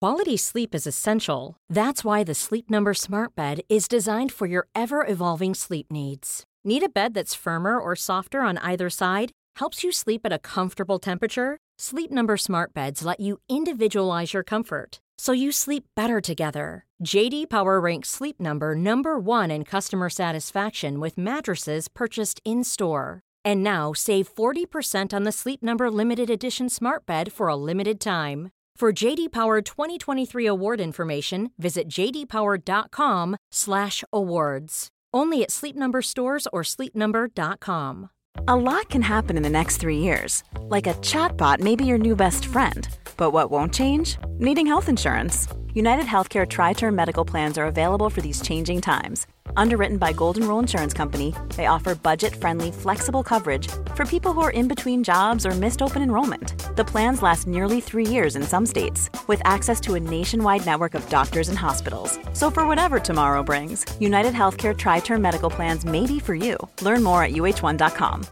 Quality sleep is essential. That's why the Sleep Number Smart Bed is designed for your ever-evolving sleep needs. Need a bed that's firmer or softer on either side? Helps you sleep at a comfortable temperature? Sleep Number Smart Beds let you individualize your comfort, so you sleep better together. JD Power ranks Sleep Number number 1 in customer satisfaction with mattresses purchased in-store. And now, save 40% on the Sleep Number Limited Edition Smart Bed for a limited time. For JD Power 2023 award information, visit jdpower.com/awards. Only at Sleep Number stores or sleepnumber.com. A lot can happen in the next 3 years. Like a chatbot may be your new best friend. But what won't change? Needing health insurance. United Healthcare Tri-Term Medical Plans are available for these changing times. Underwritten by Golden Rule Insurance Company, they offer budget-friendly, flexible coverage for people who are in between jobs or missed open enrollment. The plans last nearly 3 years in some states, with access to a nationwide network of doctors and hospitals. So for whatever tomorrow brings, United Healthcare Tri-Term Medical Plans may be for you. Learn more at uh1.com.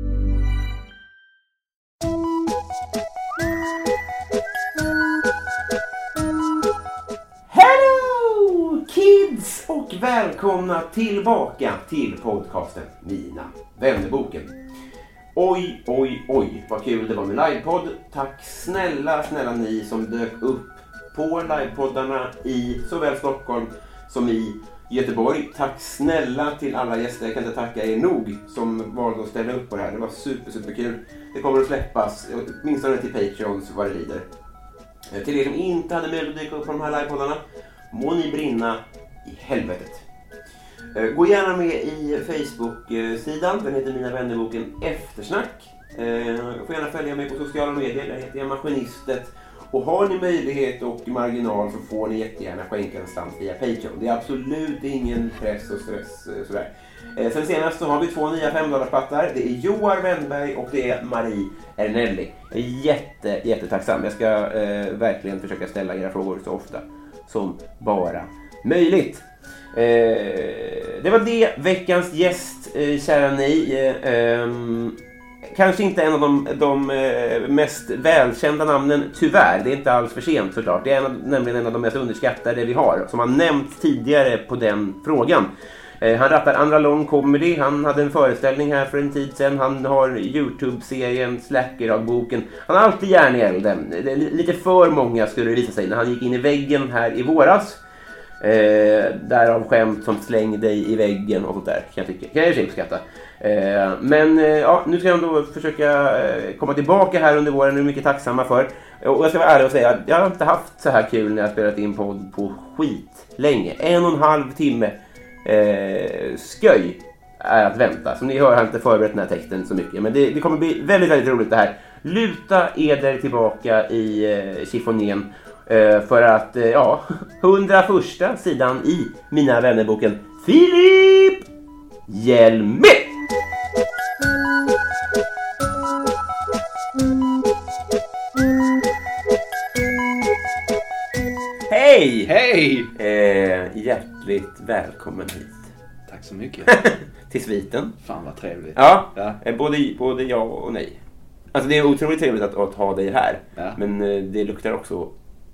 Hello kids och välkomna tillbaka till podcasten Mina vännerboken. Oj, vad kul det var med livepodd. Tack snälla ni som dök upp på livepoddarna i såväl Stockholm som i Göteborg. Tack snälla till alla gäster, jag kan inte tacka er nog som valde att ställa upp på det här. Det var superkul. Det kommer att släppas, åtminstone till Patreons vad det lider. Till er som inte hade möjlighet att dyka upp på de här livepoddarna, må ni brinna i helvetet. Gå gärna med i Facebook-sidan, den heter Mina vännerboken Eftersnack. Får gärna följa mig på sociala medier, där heter jag Maskinistet. Och har ni möjlighet och marginal så får ni jättegärna skänka en slant via Patreon. Det är absolut ingen press och stress sådär. Sen senast så har vi 2 nya $5-pattar. Det är Joar Wennberg och det är Marie Ernelli. Jag är jättetacksam. Jag ska verkligen försöka ställa era frågor så ofta som bara möjligt. Det var det. Veckans gäst, kära ni. Kanske inte en av de mest välkända namnen, tyvärr. Det är inte alls för sent såklart. Det är nämligen en av de mest underskattade vi har, som har nämnts tidigare på den frågan. Han rattar Andra Lång Comedy. Han hade en föreställning här för en tid sedan. Han har YouTube-serien Slacker-dagboken. Han har alltid järn i elden. Lite för många skulle det visa sig när han gick in i väggen här i våras. Därav skämt som släng dig i väggen och sånt där, kan jag ju uppskatta. Men ja, nu ska jag då försöka komma tillbaka här under våren. Nu är mycket tacksamma för. Och jag ska vara ärlig och säga att jag har inte haft så här kul när jag spelat in podd på skit länge. 1,5 timme sköj är att vänta. Som ni hör har jag inte förberett den här texten så mycket. Men det kommer bli väldigt roligt det här. Luta eder tillbaka i chiffonén. För att, 101:a sidan i Mina vännerboken Filip Hjelme! Hej! Hej! Hjärtligt välkommen hit. Tack så mycket. Till sviten. Fan vad trevligt. Ja. Både ja och nej. Alltså det är otroligt trevligt att ha dig här. Ja. Men det luktar också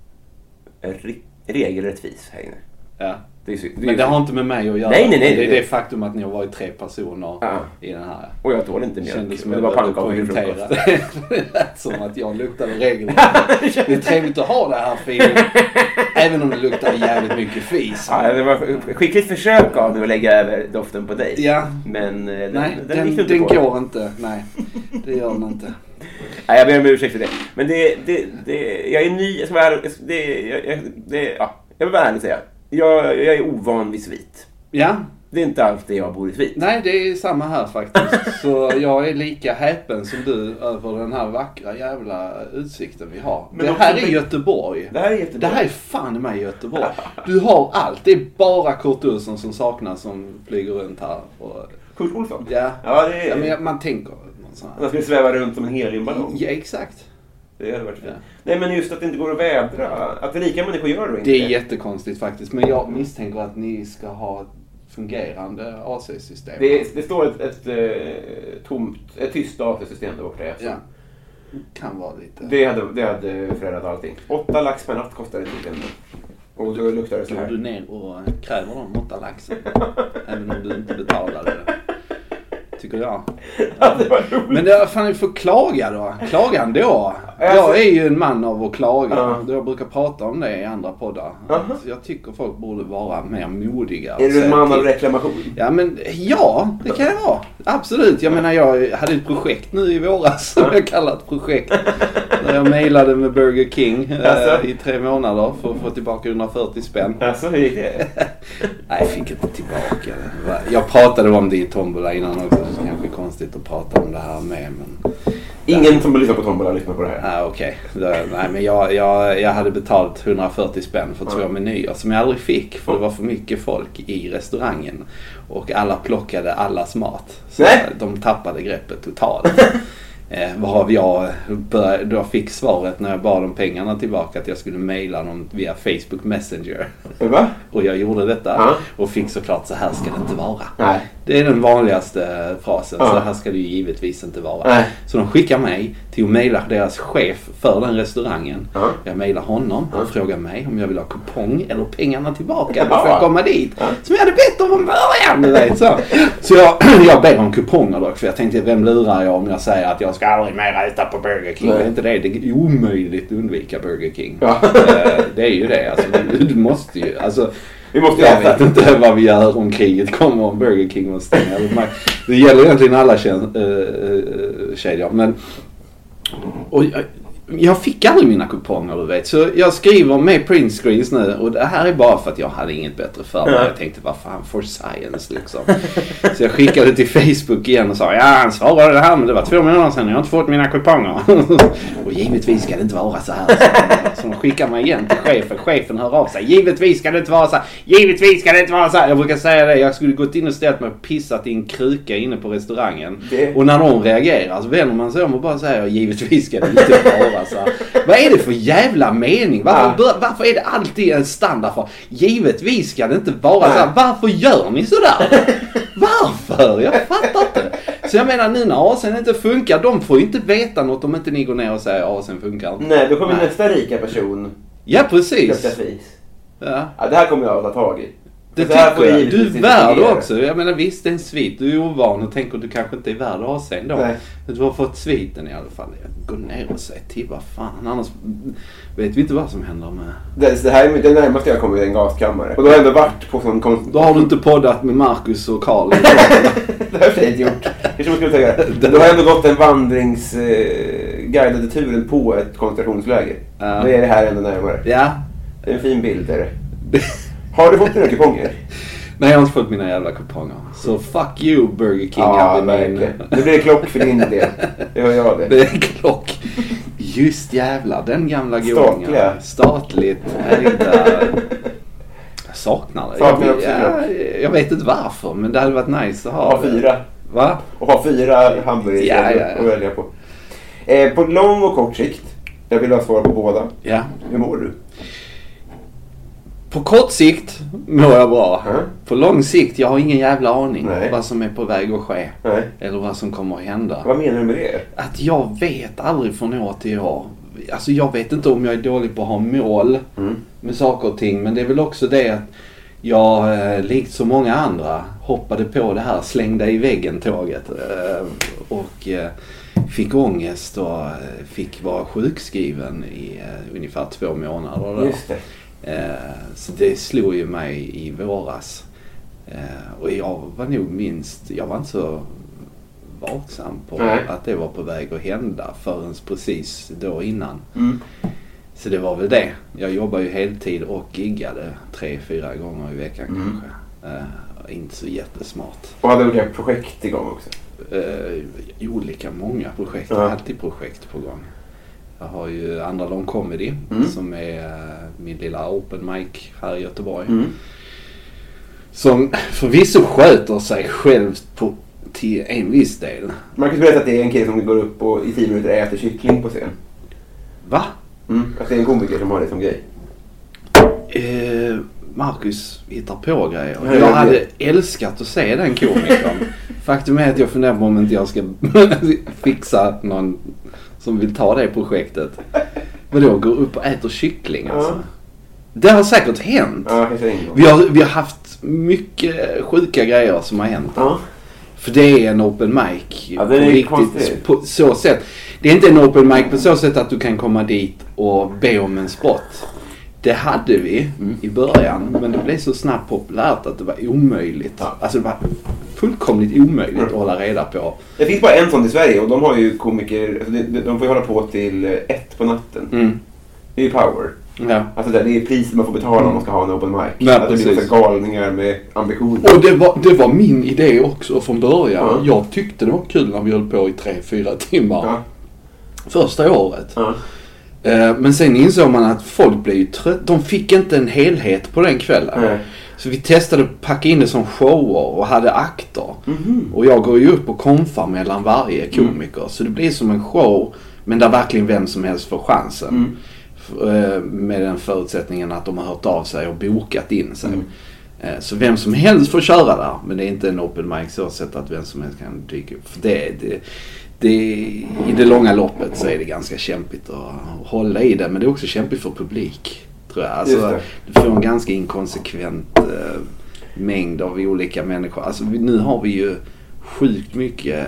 regelrättvis här inne. Ja. Men det har inte med mig att göra. Nej. Det är det faktum att ni har varit 3 personer i den här. Och jag tål inte mjölk. Kändes som det var pannkakor i frukost. Det lät som att jag luktade regelrätt. Det är trevligt att ha det här filen. Även om det luktar jävligt mycket fis. Ja, det var skickligt försök av mig att lägga över doften på dig. Ja. Men den går inte. Nej, det gör den inte. Nej, jag ber om ursäkt för det. Men jag är ny. Jag vill bara ärligt säga. Jag är ovan vid svit. Ja. Det är inte alltid jag bor i svit. Nej, det är samma här faktiskt. Så jag är lika häpen som du över den här vackra jävla utsikten vi har. Men det här är Göteborg. Det här är fan med Göteborg. Du har allt. Det är bara Kurt Olsson som saknas som flyger runt här. Kurt Olsson? Ja. Ja, det är... men man tänker... Man skulle sväva runt som en heliumballong. Ja, exakt. Det hade varit fint. Ja. Nej, men just att det inte går att vädra. Att det lika människor gör det inte. Det är jättekonstigt faktiskt. Men jag misstänker att ni ska ha fungerande AC-system. Det står ett tyst AC-system där borta. Ja. Kan vara lite. Det hade förändrat allting. 8 lax per natt kostade tydligen. Och då luktade det så här. Går du ner och kräver de 8 laxen? Även om du inte betalade det. Tycker jag. Ja, det var roligt. Men det fan, vi får klaga då. Klaga ändå. Jag är ju en man av att klaga. Jag brukar prata om det i andra poddar. Jag tycker folk borde vara mer modiga. Är du en man av reklamation? Ja, men ja, det kan jag vara. Absolut. Jag menar, jag hade ett projekt nu i våras som jag kallar ett projekt. Där jag mejlade med Burger King i 3 månader för att få tillbaka 140 spänn. Alltså, hur gick det? Nej, jag fick inte tillbaka det. Jag pratade om det i Tombola innan också. Det kanske är konstigt att prata om det här med, men... Ingen som lyssnar på Tombola lyssnar på det här. Okej. Nej, men jag hade betalt 140 spänn för 2 menyer som jag aldrig fick. För det var för mycket folk i restaurangen. Och alla plockade allas mat. Så de tappade greppet totalt. Varav jag då fick svaret när jag bad om pengarna tillbaka att jag skulle mejla dem via Facebook Messenger. Va? Och jag gjorde detta och fick såklart så här ska det inte vara. Nej. Det är den vanligaste frasen. Så här ska det ju givetvis inte vara. Nej. Så de skickar mig till att mejla deras chef för den restaurangen. Jag mejlar honom. Han frågar mig om jag vill ha kupong eller pengarna tillbaka. Då får jag komma dit. Som jag hade bett om från början. Du vet, så jag ber om kuponger dock. För jag tänkte, vem lurar jag om jag säger att jag ska aldrig mer äta på Burger King? Det är inte det. Det är omöjligt att undvika Burger King. Det är ju det. Alltså, du måste ju... Alltså, jag vet inte vad vi gör om kriget kommer om Burger King och stänga. Det gäller egentligen alla kedjor. Men jag fick aldrig mina kuponger, du vet. Så jag skriver med print screens nu. Och det här är bara för att jag hade inget bättre för mig. Jag tänkte, vad fan, for science liksom. Så jag skickade till Facebook igen och sa, han svarade det här, men det var 2 månader sedan. Jag har inte fått mina kuponger. Och givetvis ska det inte vara så här. Så de skickar mig igen till chefen. Chefen hör av sig. Givetvis ska det inte vara så här. Givetvis ska det inte vara så här. Jag brukar säga det. Jag skulle gått in och ställt mig och pissat i en kruka inne på restaurangen. Och när de reagerar så vänder man sig om och bara säger, givetvis ska det inte vara. Alltså. Vad är det för jävla mening? Varför är det alltid en standard för givetvis ska det inte vara så här. Varför gör ni sådär? Varför? Jag fattar inte. Så jag menar, nu när ASen inte funkar, de får ju inte veta något om inte ni går ner och säger att ASen funkar inte. Nej, då kommer nästa rika person. Ja, precis. Ja, det här kommer jag att ta tag i. Det tycker jag. Du är värd också. Jag menar, visst det är en svit. Du är ovan och tänker att du kanske inte är värd att ha sen då. Nej. Du har fått sviten i alla fall. Gå ner och säg till, vad fan. Annars vet vi inte vad som händer med... Det här är det närmaste jag kommer i en gaskammare. Och då har jag ändå varit på sån konst... Då har du inte poddat med Marcus och Karl. Det har jag inte gjort. Kanske man skulle säga. Då har jag ändå gått en vandringsguidade turen på ett koncentrationsläger. Då är det här ändå närmare. Ja. Det är en fin bild, är det. Har du fått dina kuponger? Nej, jag har inte fått mina jävla kuponger. Så fuck you, Burger King. Det blir klock för din del. Det hör jag det. Det är klock. Just jävlar, den gamla gången. Statligt. Jag saknar det. Jag vet inte varför, men det hade varit nice att ha 4. Va? Och ha 4 hamburgare att välja på. På lång och kort sikt. Jag vill ha svar på båda. Ja. Hur mår du? På kort sikt mår jag bra. På lång sikt, jag har ingen jävla aning vad som är på väg att ske. Eller vad som kommer att hända. Vad menar du med det? Att jag vet aldrig från år till år. Alltså jag vet inte om jag är dålig på att ha mål med saker och ting. Men det är väl också det att jag, likt så många andra, hoppade på det här slängda i väggen-tåget. Och fick ångest och fick vara sjukskriven i ungefär 2 månader. Just det. Så det slog ju mig i våras. Och jag var nog jag var inte så vaksam på att det var på väg att hända förrän precis då innan. Så det var väl det. Jag jobbar ju heltid och giggade 3-4 gånger i veckan kanske. Inte så jättesmart. Och hade olika projekt igång också? Många projekt. Alltid projekt på gång. Jag har ju Andra Lång Comedy som är min lilla open mic här i Göteborg. Som förvisso sköter sig själv till en viss del. Man kan berätta att det är en kille som går upp och i 10 minuter äter kyckling på scen. Va? Att det är en komiker som har det som grej. Marcus hittar på grejer. Jag hade älskat att se den komikern. Faktum är att jag funderar på om inte jag ska fixa någon som vill ta det projektet. Men då går upp och äter kyckling alltså. Det har säkert hänt. Vi har haft mycket sjuka grejer som har hänt. För det är en open mic. Ja, det är riktigt på så sätt. Det är inte en open mic på så sätt att du kan komma dit och be om en spot. Det hade vi i början, men det blev så snabbt populärt att det var omöjligt. Alltså det var fullkomligt omöjligt att hålla reda på. Det finns bara en sån i Sverige och de har ju komiker, de får ju hålla på till 1 på natten. Det är ju power. Ja. Alltså det är priset man får betala om man ska ha en open mic. Ja, att det blir så galningar med ambitioner. Och det var min idé också från början. Jag tyckte det var kul när vi höll på i 3-4 timmar. Första året. Men sen insåg man att folk blev ju trött. De fick inte en helhet på den kvällen. Så vi testade att packa in det som shower och hade akter. Och jag går ju upp och konfar mellan varje komiker. Så det blir som en show, men där verkligen vem som helst får chansen. Med den förutsättningen att de har hört av sig och bokat in sig. Så vem som helst får köra där. Men det är inte en open mic så sätt att vem som helst kan dyka upp. För i det långa loppet så är det ganska kämpigt att hålla i det. Men det är också kämpigt för publik, tror jag. Alltså, du får en ganska inkonsekvent mängd av olika människor. Alltså, nu har vi ju sjukt mycket,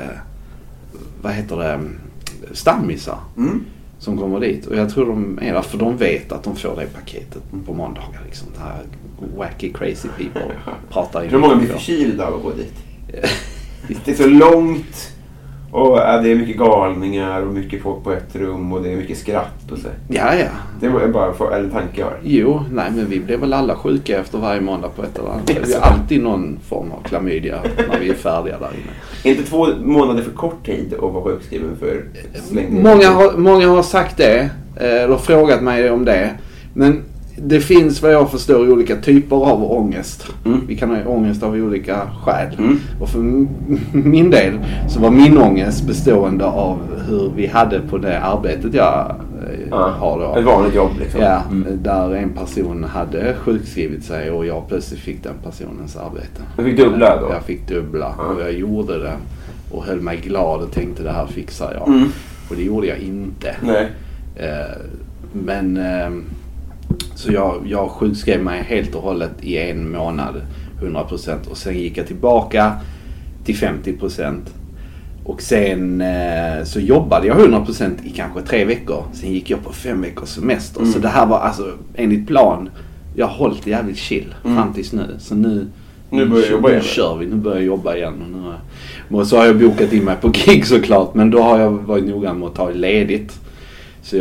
stammisar som kommer dit. Och jag tror de är där för de vet att de får det paketet på måndagar. Liksom. Det här wacky crazy people pratar Jag tror många blir förkylda av att gå dit. Det är så långt. Och det är mycket galningar och mycket folk på ett rum och det är mycket skratt och så. Ja. Det var bara en tanke jag har. Jo, nej men vi blev väl alla sjuka efter varje måndag på ett eller annat. Vi har alltid någon form av klamydia när vi är färdiga där inne. Inte 2 månader för kort tid att vara sjukskriven för slängning? Många har sagt det. De har frågat mig om det. Men det finns vad jag förstår olika typer av ångest. Vi kan ha ångest av olika skäl. Och för min del så var min ångest bestående av hur vi hade på det arbetet jag har då. Ett vanligt jobb liksom. Ja, där en person hade sjukskrivit sig och jag plötsligt fick den personens arbete. Du fick dubbla då? Jag fick dubbla och jag gjorde det och höll mig glad och tänkte det här fixar jag. Och det gjorde jag inte. Nej. Men så jag sjukskrev mig helt och hållet i 1 månad 100% och sen gick jag tillbaka till 50% och sen så jobbade jag 100% i kanske 3 veckor. Sen gick jag på 5 veckors semester. Så det här var alltså enligt plan, jag har hållit jävligt chill fram tills nu. Så nu kör vi, nu börjar jag jobba igen. Och så har jag bokat in mig på gig såklart, men då har jag varit noga med att ta ledigt. Så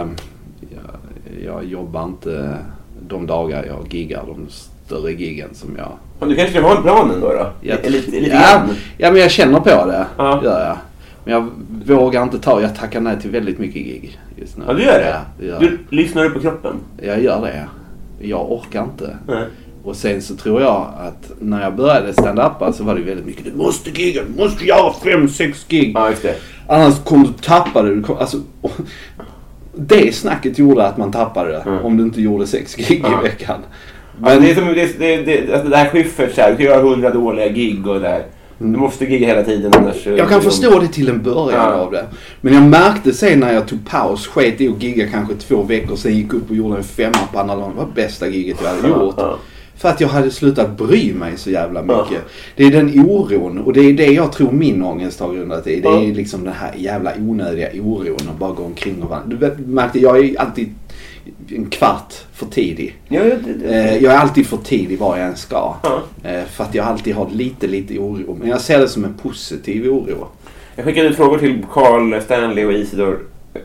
jag jobbar inte de dagar jag giggar, de större giggen som jag... Men du kanske ska ha en plan ändå då? Ja, men jag känner på det. Gör jag. Men jag vågar inte jag tackar nej till väldigt mycket gig just nu. Ja, du gör det? Ja, du lyssnar på kroppen? Jag gör det. Jag orkar inte. Nej. Och sen så tror jag att när jag började stand-up så var det väldigt mycket, du måste gigga, du måste göra 5-6 gig. Ja, just det. Annars kommer du tappa det. Det snacket gjorde att man tappade det om du inte gjorde 6 gig i veckan. Men alltså det här skiffet så här, du kan göra 100 dåliga gig och där. Du måste gigga hela tiden annars. Jag kan förstå det till en början av det. Men jag märkte sen när jag tog paus, sket i att gigga kanske 2 veckor, sen gick upp och gjorde en 5 på Annalon. Det var bästa giget jag hade gjort. För att jag hade slutat bry mig så jävla mycket. Det är den oron. Och det är det jag tror min ångest har grundat i. Det är liksom den här jävla onödiga oron och bara gå omkring och du märkte, jag är alltid en kvart för tidig. Jag är alltid för tidig var jag än ska. För att jag alltid har lite oro. Men jag ser det som en positiv oro. Jag skickade ut frågor till Carl Stanley och Isidor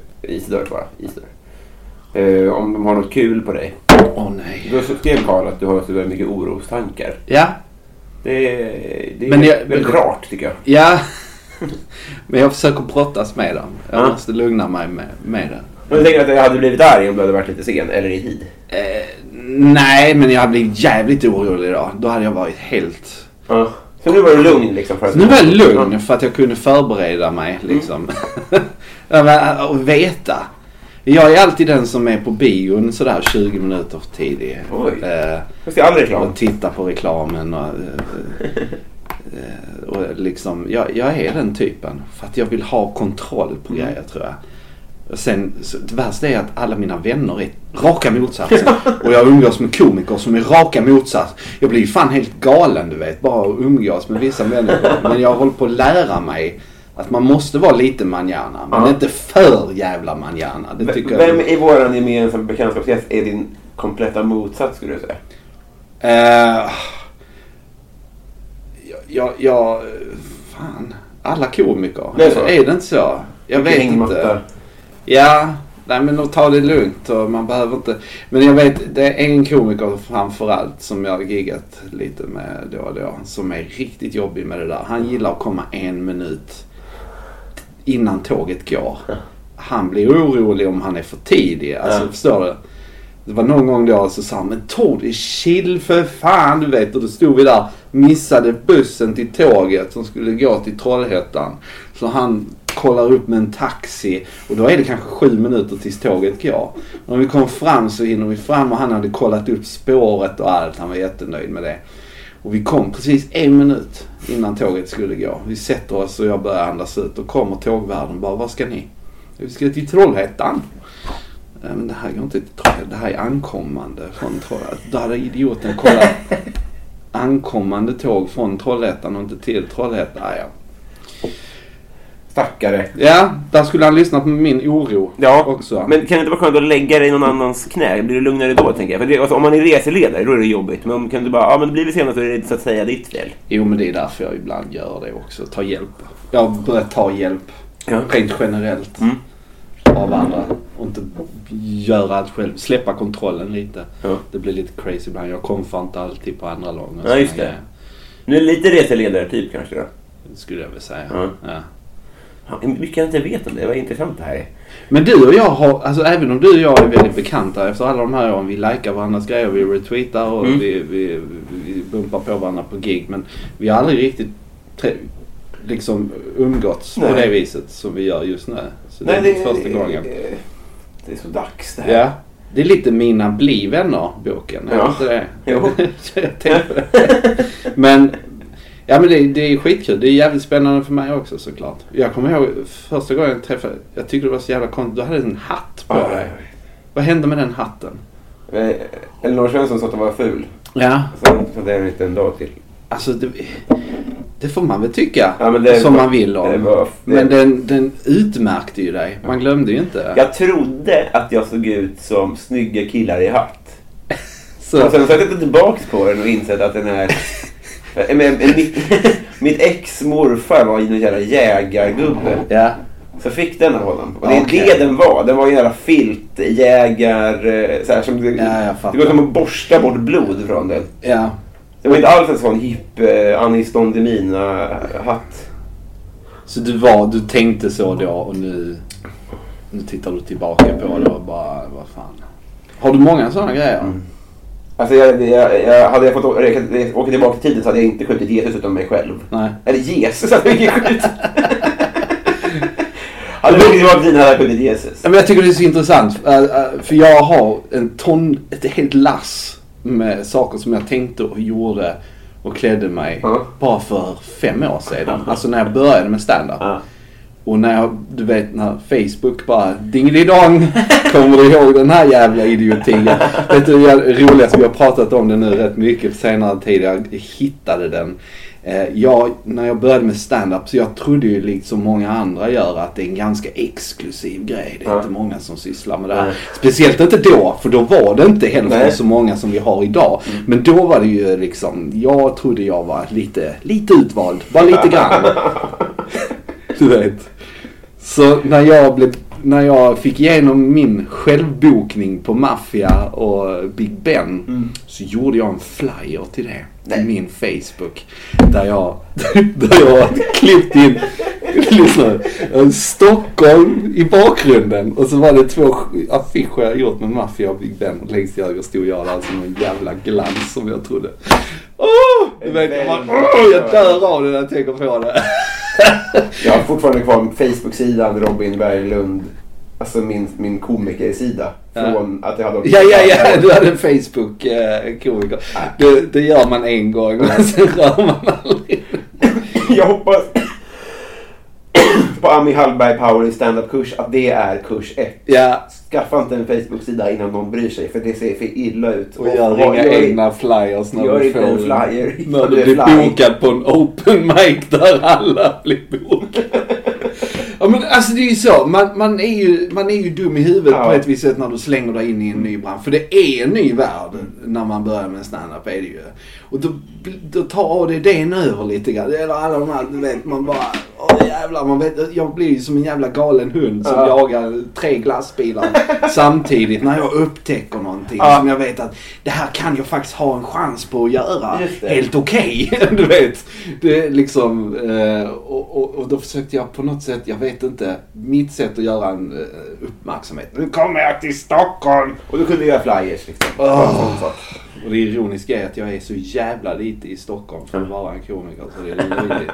om de har något kul på dig. Nej. Då skrev Carl att du har så väldigt mycket orostankar. Ja. Det är väldigt rart tycker jag. Ja. Men jag försöker brottas med dem. Jag måste lugna mig med det. Men du tänker att jag hade blivit arg om du hade varit lite sen eller i tid? Nej, men jag hade blivit jävligt orolig idag. Då hade jag varit helt... Så nu var du lugn liksom? Nu var jag lugn för att jag kunde förbereda mig liksom. Och veta. Jag är alltid den som är på bion sådär 20 minuter för tidigt. Oj. Fast det är all reklam. Och tittar på reklamen och liksom, jag är den typen. För att jag vill ha kontroll på grejer, tror jag. Och sen, det värsta är att alla mina vänner är raka motsatsen. Och jag umgås med komiker som är raka motsats. Jag blir fan helt galen, du vet. Bara att umgås med vissa människor. Men jag håller på att lära mig att man måste vara lite manjana. Men inte för jävla manjana. Det tycker Vem i våran gemensamma bekantskapskrets är din kompletta motsats, skulle du säga? Fan. Alla komiker. Alltså, är det inte så? Jag vet inte. Ja, nej, men att ta det lugnt och man behöver inte. Men jag vet, det är en komiker framförallt som jag har giggat lite med då och då, som är riktigt jobbig med det där. Han gillar att komma 1 minut innan tåget går. Han blir orolig om han är för tidig. Alltså, förstår du? Det var någon gång då så sa han, men tog det chill för fan, du vet. Och då stod vi där, missade bussen till tåget som skulle gå till Trollhättan. Så han kollar upp med en taxi och då är det kanske 7 minuter tills tåget går. Och när vi kom fram så hinner vi fram och han hade kollat upp spåret och allt. Han var jättenöjd med det. Och vi kom precis 1 minut innan tåget skulle gå. Vi sätter oss och jag börjar andas ut och kommer tågvärden bara, vad ska ni? Vi ska till Trollhättan. Men det här går inte till Trollhättan, det här är ankommande från Trollhättan. Då hade idioten kollat ankommande tåg från Trollhättan och inte till Trollhättan. Ja. Stackare. Ja, där skulle han lyssna på min oro också. Men kan det inte vara skönt att lägga dig i någon annans knä? Blir det lugnare då, tänker jag? För det, alltså, om man är reseledare, då är det jobbigt. Men om kan du bara, men det blir det senast så är det så att säga ditt fel. Jo, men det är därför jag ibland gör det också. Ta hjälp. Jag börjar ta hjälp. Rent generellt. Av andra. Och inte göra allt själv. Släppa kontrollen lite. Det blir lite crazy ibland. Jag komfar inte alltid på andra långa. Ja, just det. Nu är det lite reseledare typ kanske då? Det skulle jag väl säga. Ja. Mycket jag inte vet om det. Vad intressant det här är. Men du och jag har, alltså även om du och jag är väldigt bekanta efter alla de här åren, vi likar varandras grejer, vi retweetar och vi bumpar på varandra på gig, men vi har aldrig riktigt liksom umgåtts på det viset som vi gör just nu. Så det är första gången. Det är så dags det här. Ja. Det är lite mina bli vänner-boken. Ja. Inte det? Jo. Jag tänkte det. Men det är skitkul. Det är jävligt spännande för mig också, såklart. Jag kommer ihåg första gången jag träffade, jag tyckte det var så jävla konstigt. Du hade en hatt på dig. Vad hände med den hatten? Elinor Svensson sa att det var ful. Ja. Så det är inte en dag till. Alltså det får man väl tycka, men som man vill om. Men den utmärkte ju dig. Man glömde ju inte. Jag trodde att jag såg ut som snygga killar i hatt. Så. Och sen så har jag tittat tillbaka på den och insett att den är... mitt ex-morfar var en jävla jägargubbe. Ja. Så fick den av honom. Och det är det den var. Den var en jävla filtjägar... Så här, som det går som att borsta bort blod från den. Ja. Det var inte alls en sån hipp Anis Don Demina-hatt. Så du tänkte så då och nu tittar du tillbaka på det och bara, vad fan. Har du många sådana grejer? Alltså hade jag fått åka tillbaka till tiden så hade jag inte skjutit Jesus utan mig själv. Nej. Eller Jesus hade jag inte skjutit. Hade jag åkt tillbaka till tiden hade jag skjutit Jesus. Men jag tycker det är så intressant. För jag har ett helt lass med saker som jag tänkte och gjorde och klädde mig bara för 5 år sedan. Alltså när jag började med stand-up. Och när du vet, när Facebook bara dingelidong, kommer du ihåg den här jävla idiotin? Vet du, det är roligt, vi har pratat om det nu rätt mycket senare tid. Jag hittade den. När jag började med stand-up, så jag trodde ju liksom många andra gör att det är en ganska exklusiv grej. Det är inte många som sysslar med det här. Speciellt inte då, för då var det inte heller så många som vi har idag. Men då var det ju liksom, jag trodde jag var lite utvald, bara lite grann. Du vet. Så när jag fick igenom min självbokning på Mafia och Big Ben, så gjorde jag en flyer till det. I min Facebook. Där jag klippt in Stockholm i bakgrunden. Och så var det 2 affischer jag gjort med Mafia och Big Ben. Och längst till höger stod jag där som en jävla glans som jag trodde. Du vet, jag dör av det när jag tänker på det. Jag har fortfarande kvar Facebook-sidan Robin Berglund. Alltså min komikersida. Från att jag hade... Ja, du hade en Facebook-komiker. Det gör man en gång och sen rör man aldrig. Jag hoppas på Ami Hallberg Power stand-up-kurs att det är kurs 1. Ja. Skaffa inte en Facebook-sida innan någon bryr sig, för det ser för illa ut. Och gör inga egna flyers när du får en flyer. När du blir bokad på en open mic där alla blir bokade. Ja, men alltså det är ju så, man är ju dum i huvudet på ett visst sätt när du slänger dig in i en ny bransch. För det är en ny värld när man börjar med stand-up, är det ju. Och då tar det över lite grann. Eller alla de här, du vet, man bara, jävlar, man vet, jag blir ju som en jävla galen hund som jagar 3 glassbilar samtidigt när jag upptäcker någonting som jag vet att det här kan jag faktiskt ha en chans på att göra. Helt okej. Du vet. Det är liksom, och då försökte jag på något sätt, jag vet inte, mitt sätt att göra en uppmärksamhet. Nu kommer jag till Stockholm! Och du kunde göra flyers liksom. Och det ironiska är att jag är så jävla lite i Stockholm för att vara en komiker, så det är löjligt.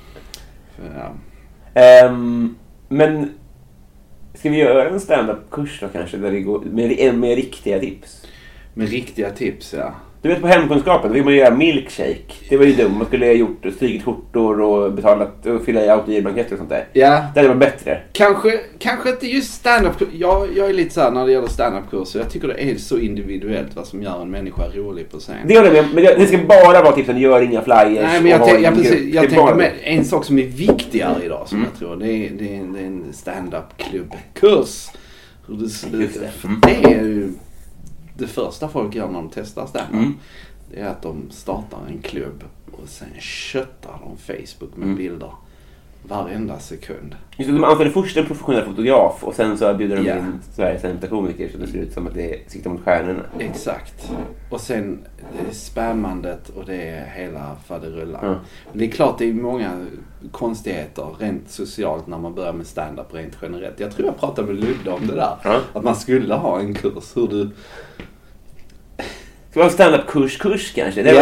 Men ska vi göra en stand-up-kurs då kanske, där det går med riktiga tips? Med riktiga tips, ja. Du vet, på hemkunskapen, då vill man göra milkshake. Det var ju dumt. Man skulle ha gjort strykit skjortor och betalat och fylla i autogirblanketter och sånt där. Ja. Det var bättre. Kanske inte just stand-up. Jag är lite så här när det gäller stand-up-kurser. Jag tycker det är så individuellt vad som gör en människa rolig på scen. Det gör det, men det ska bara vara tipsen. Gör inga flyers. Nej, men jag tänker med en sak som är viktigare idag, som jag tror. Det är en stand-up-klubbkurs. Hur det slutar. Det är ju det första folk gör när de testar stand-up. Det är att de startar en klubb och sen köttar de Facebook med bilder varenda sekund. Just det, de anställer först en professionell fotograf och sen så bjuder de in Sveriges sämsta komiker, så det ser ut som att det siktar mot stjärnorna. Exakt. Och sen det är spammandet och det är hela faderullan. Men det är klart, det är många konstigheter rent socialt när man börjar med stand-up rent generellt. Jag tror jag pratade med Ludde om det där. Att man skulle ha en kurs. Hur du... Ska vi ha stand-up-kurs kanske? Det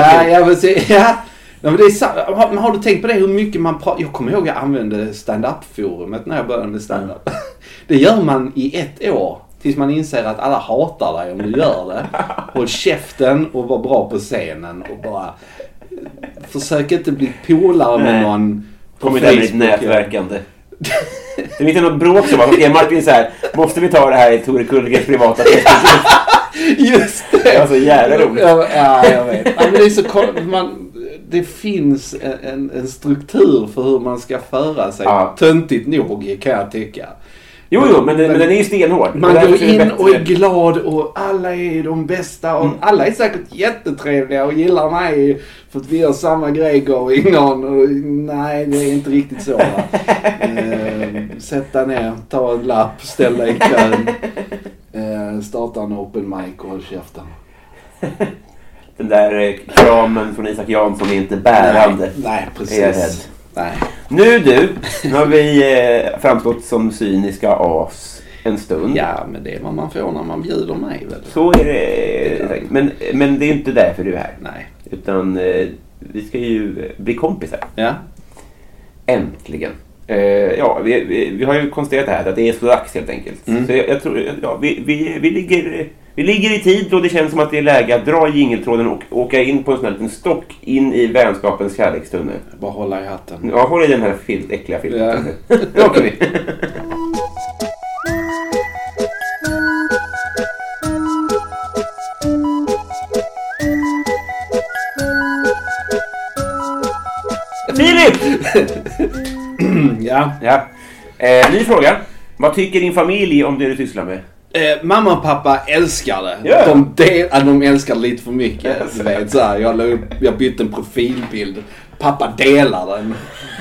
men det är har du tänkt på det, hur mycket man pratar? Jag kommer ihåg att jag använde stand-up-forumet när jag började med stand-up. Det gör man i 1 år. Tills man inser att alla hatar dig om du gör det. Håll käften och var bra på scenen. Och bara försök inte bli polare med någon på Facebook. Kommer inte nätverkande. Det är inte något bråk som att Martin så här, måste vi ta det här i Tore Kullgrens privata Facebook? Just det. Det var så jävla roligt. Ja, jag vet. Ja, men det är så det finns en struktur för hur man ska föra sig. Töntigt nog, kan jag tycka. Jo, men den är ju stenhård. Man går in och är glad och alla är de bästa och alla är säkert jättetrevliga och gillar mig för att vi gör samma grej going on. Och nej, det är inte riktigt så. Sätta ner, ta en lapp, ställa i kön, starta en open mic och håll käften. Den där kramen från Isak Jansson är inte bärande. Nej, precis. Nej. Nu har vi framstått som cyniska as en stund. Ja, men det är vad man får när man bjuder mig väl. Så är det. Men det är inte därför du är här. Nej. Utan vi ska ju bli kompisar. Ja. Äntligen. Vi har ju konstaterat det här att det är så dags helt enkelt. Så jag tror vi ligger i tid och det känns som att det är läge att dra i jingeltråden och åka in på en sån här liten stock in i vänskapens kärlekstunnel. Bara hålla i hatten. Ja, håll i den här äckliga filten. Ja. Då åker vi. Filip! Ja. Ny fråga. Vad tycker din familj om det du sysslar med? Mamma och pappa älskar det. Yeah. De älskar lite för mycket. Du vet, så här, jag bytte en profilbild. Pappa delar den.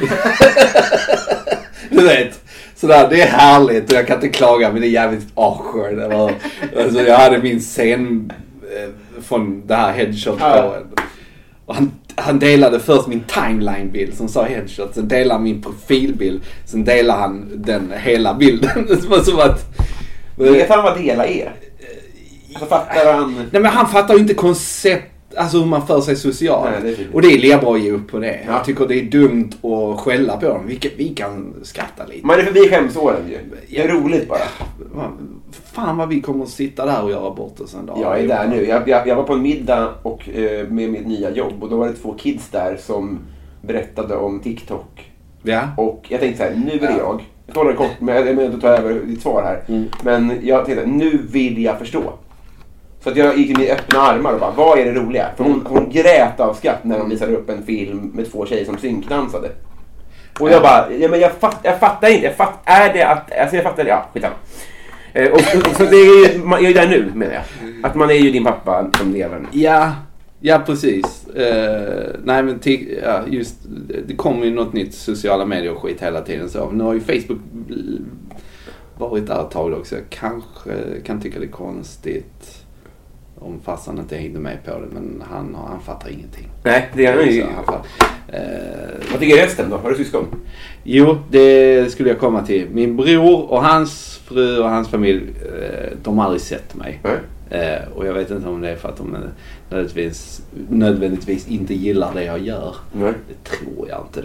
Du vet. Sådär, det är härligt och jag kan inte klaga, men det är jävligt awkward. Alltså, jag hade min scen från det här headshot på och han delade först min timeline-bild som sa headshot, sen delade han min profilbild, sen delade han den hela bilden. Det var som att... Vet han vad dela är? Så fattar han... Nej, men han fattar ju inte konceptet Alltså hur man för sig socialt. Nej, och det är lika bra att ge upp på det. Ja. Jag tycker det är dumt att skälla på dem. Vi kan skratta lite. Man är förbi skämsåren ju. Det är roligt bara. Fan vad vi kommer att sitta där och göra bort oss en dag. Jag är där nu. Jag var på en middag och, med mitt nya jobb. Och då var det 2 kids där som berättade om TikTok. Ja. Och jag tänkte så här, nu är det jag. Jag håller det kort, men jag menar att ta över ditt svar här. Men jag tänkte, nu vill jag förstå. Så att jag gick in i öppna armar och bara, vad är det roliga? För hon grät av skratt när de visade upp en film med 2 tjejer som synkdansade. Och jag bara, men jag fattar inte. Är det att, alltså jag fattar, ja, skitsamma. Och så det är ju, jag är där nu menar jag. Att man är ju din pappa som lever. Ja, precis. Nej men just det kommer ju något nytt sociala medier och skit hela tiden så. Nu har ju Facebook varit där ett tag också. Jag kanske kan tycka det är konstigt om farsan inte hängde med på det, men han fattar ingenting. Nej, det är ju. Vad tycker du resten då? Har du syskon? Jo, det skulle jag komma till. Min bror och hans fru och hans familj, de har aldrig sett mig. Och jag vet inte om det är för att de nödvändigtvis inte gillar det jag gör. Det tror jag inte.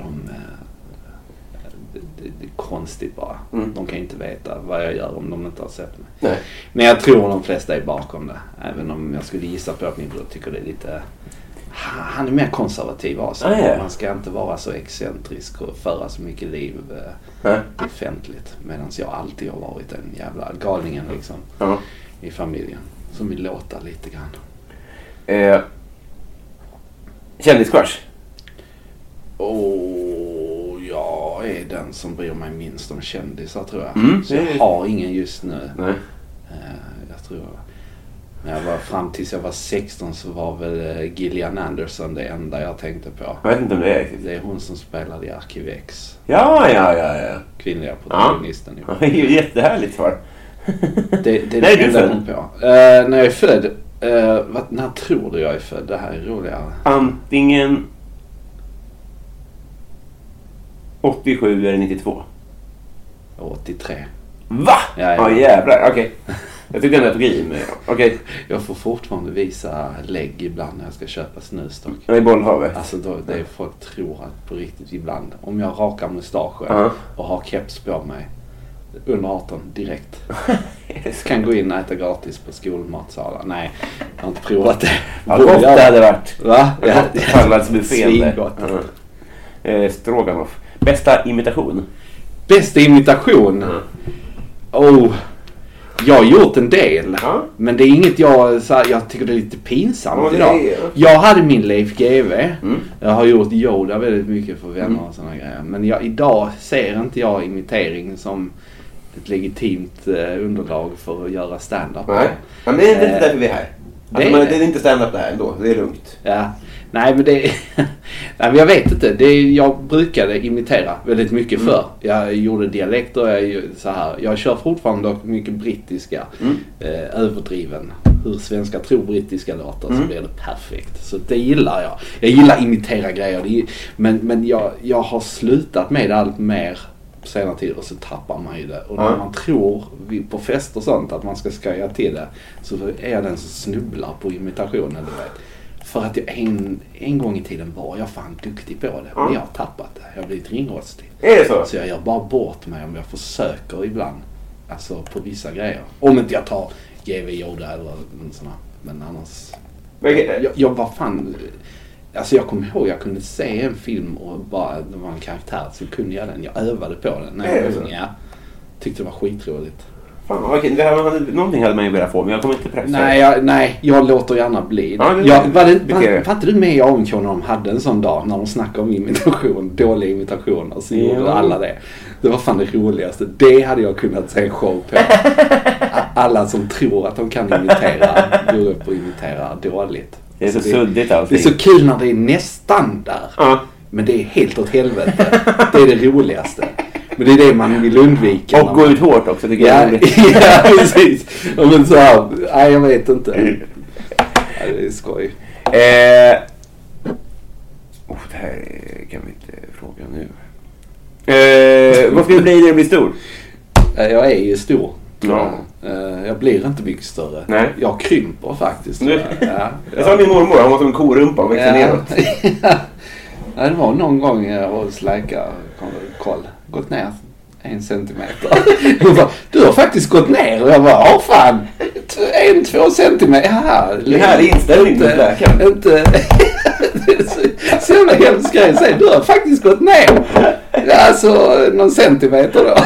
Det är konstigt bara. De kan inte veta vad jag gör om de inte har sett mig. Nej. Men jag tror de flesta är bakom det. Även om jag skulle gissa på att min bror tycker det är lite... Han är mer konservativ alltså. Man ska inte vara så excentrisk och föra så mycket liv offentligt. Medan jag alltid har varit en jävla galningen liksom. I familjen. Som vill låta lite grann. Kändiscrush? Jag är den som bryr mig minst om kändisar tror jag. Så jag har ingen just nu. Nej. Jag tror när jag var fram tills jag var 16 så var väl Gillian Anderson det enda jag tänkte på. Jag vet inte om det är riktigt. Det är hon som spelade i Arkiv X. Ja. Kvinnliga protagonisten. Det är ju jättehärligt svar. Det är när är du född? på? När jag är född? När tror du jag är född? Det här är roligare. Antingen 87 eller 92. 83. Va? Ja, jävlar. Okej. Jag tyckte ändå att det med. Okej. Jag får fortfarande visa lägg ibland när jag ska köpa snusstock. I bollhavet. Alltså det är folk tror att på riktigt ibland. Om jag rakar mustaschen och har keps på mig under 18 direkt. Kan gå in och äta gratis på skolmatsalar. Nej, jag har inte provat det. Ja, gott det hade varit. Va? Salladsbuffén. Stroganoff. Bästa imitation? Bästa imitation? Jag har gjort en del. Men det är inget jag tycker det är lite pinsamt idag. Jag hade min Leif GW. Jag har gjort Yoda väldigt mycket för vänner och sådana grejer. Men idag ser inte jag imitering som ett legitimt underlag för att göra stand-up. Nej, men det är inte därför vi är här. Alltså, det är inte stand-up det här ändå. Det är lugnt. Ja. Nej, men nej, men jag vet inte. Jag brukade imitera väldigt mycket förr. Jag gjorde dialekter. Jag kör fortfarande dock mycket brittiska. Överdriven. Hur svenska tror brittiska låter så blir det perfekt. Så det gillar jag. Jag gillar imitera grejer. Men jag har slutat med det allt mer på senare tid och så tappar man ju det. Och när man tror på fest och sånt att man ska skoja till det så är jag den som snubblar på imitationen, du vet. För att jag en gång i tiden var jag fan duktig på det. Men jag har tappat det. Jag har blivit ringrostig. Är det så? Så jag gör bara bort mig om jag försöker ibland. Alltså på vissa grejer. Om inte jag tar GV Yoda eller sådana. Men annars... Jag var fan... Alltså jag kommer ihåg jag kunde se en film och bara det var en karaktär så kunde jag den. Jag övade på den. När jag var tyckte det var skitroligt. Fan, okej. Någonting hade man ju velat få, men jag kommer inte pressa. Nej, jag låter gärna bli. Var inte du med i AMK när de hade en sån dag när de snackade om imitation, dåliga imitationer, så gjorde alla det. Det var fan det roligaste. Det hade jag kunnat se en show på. Alla som tror att de kan imitera går upp och imiterar dåligt. Det är så suddigt allting. Det är så kul när det är nästan där. Men det är helt åt helvete. Det är det roligaste. Men det är det man vill undvika. Och gå ut hårt också, tycker jag. Ja, precis. Men så här, nej, jag vet inte. Det är skoj. Det här kan vi inte fråga nu. Vad ska du bli när du blir stor? Jag är ju stor. Ja. Jag blir inte mycket större. Nej. Jag krymper faktiskt. Jag sa min mormor, hon var som en korumpa och växte neråt. Ja, det var någon gång jag var hos läkare. Gått ner 1 centimeter. Hon bara, du har faktiskt gått ner. Och jag bara, fan. 1-2 centimeter. Ja, det här är inställning till läkaren. Inte så jävla hemskt grej. Säg, du har faktiskt gått ner. Alltså, någon centimeter då.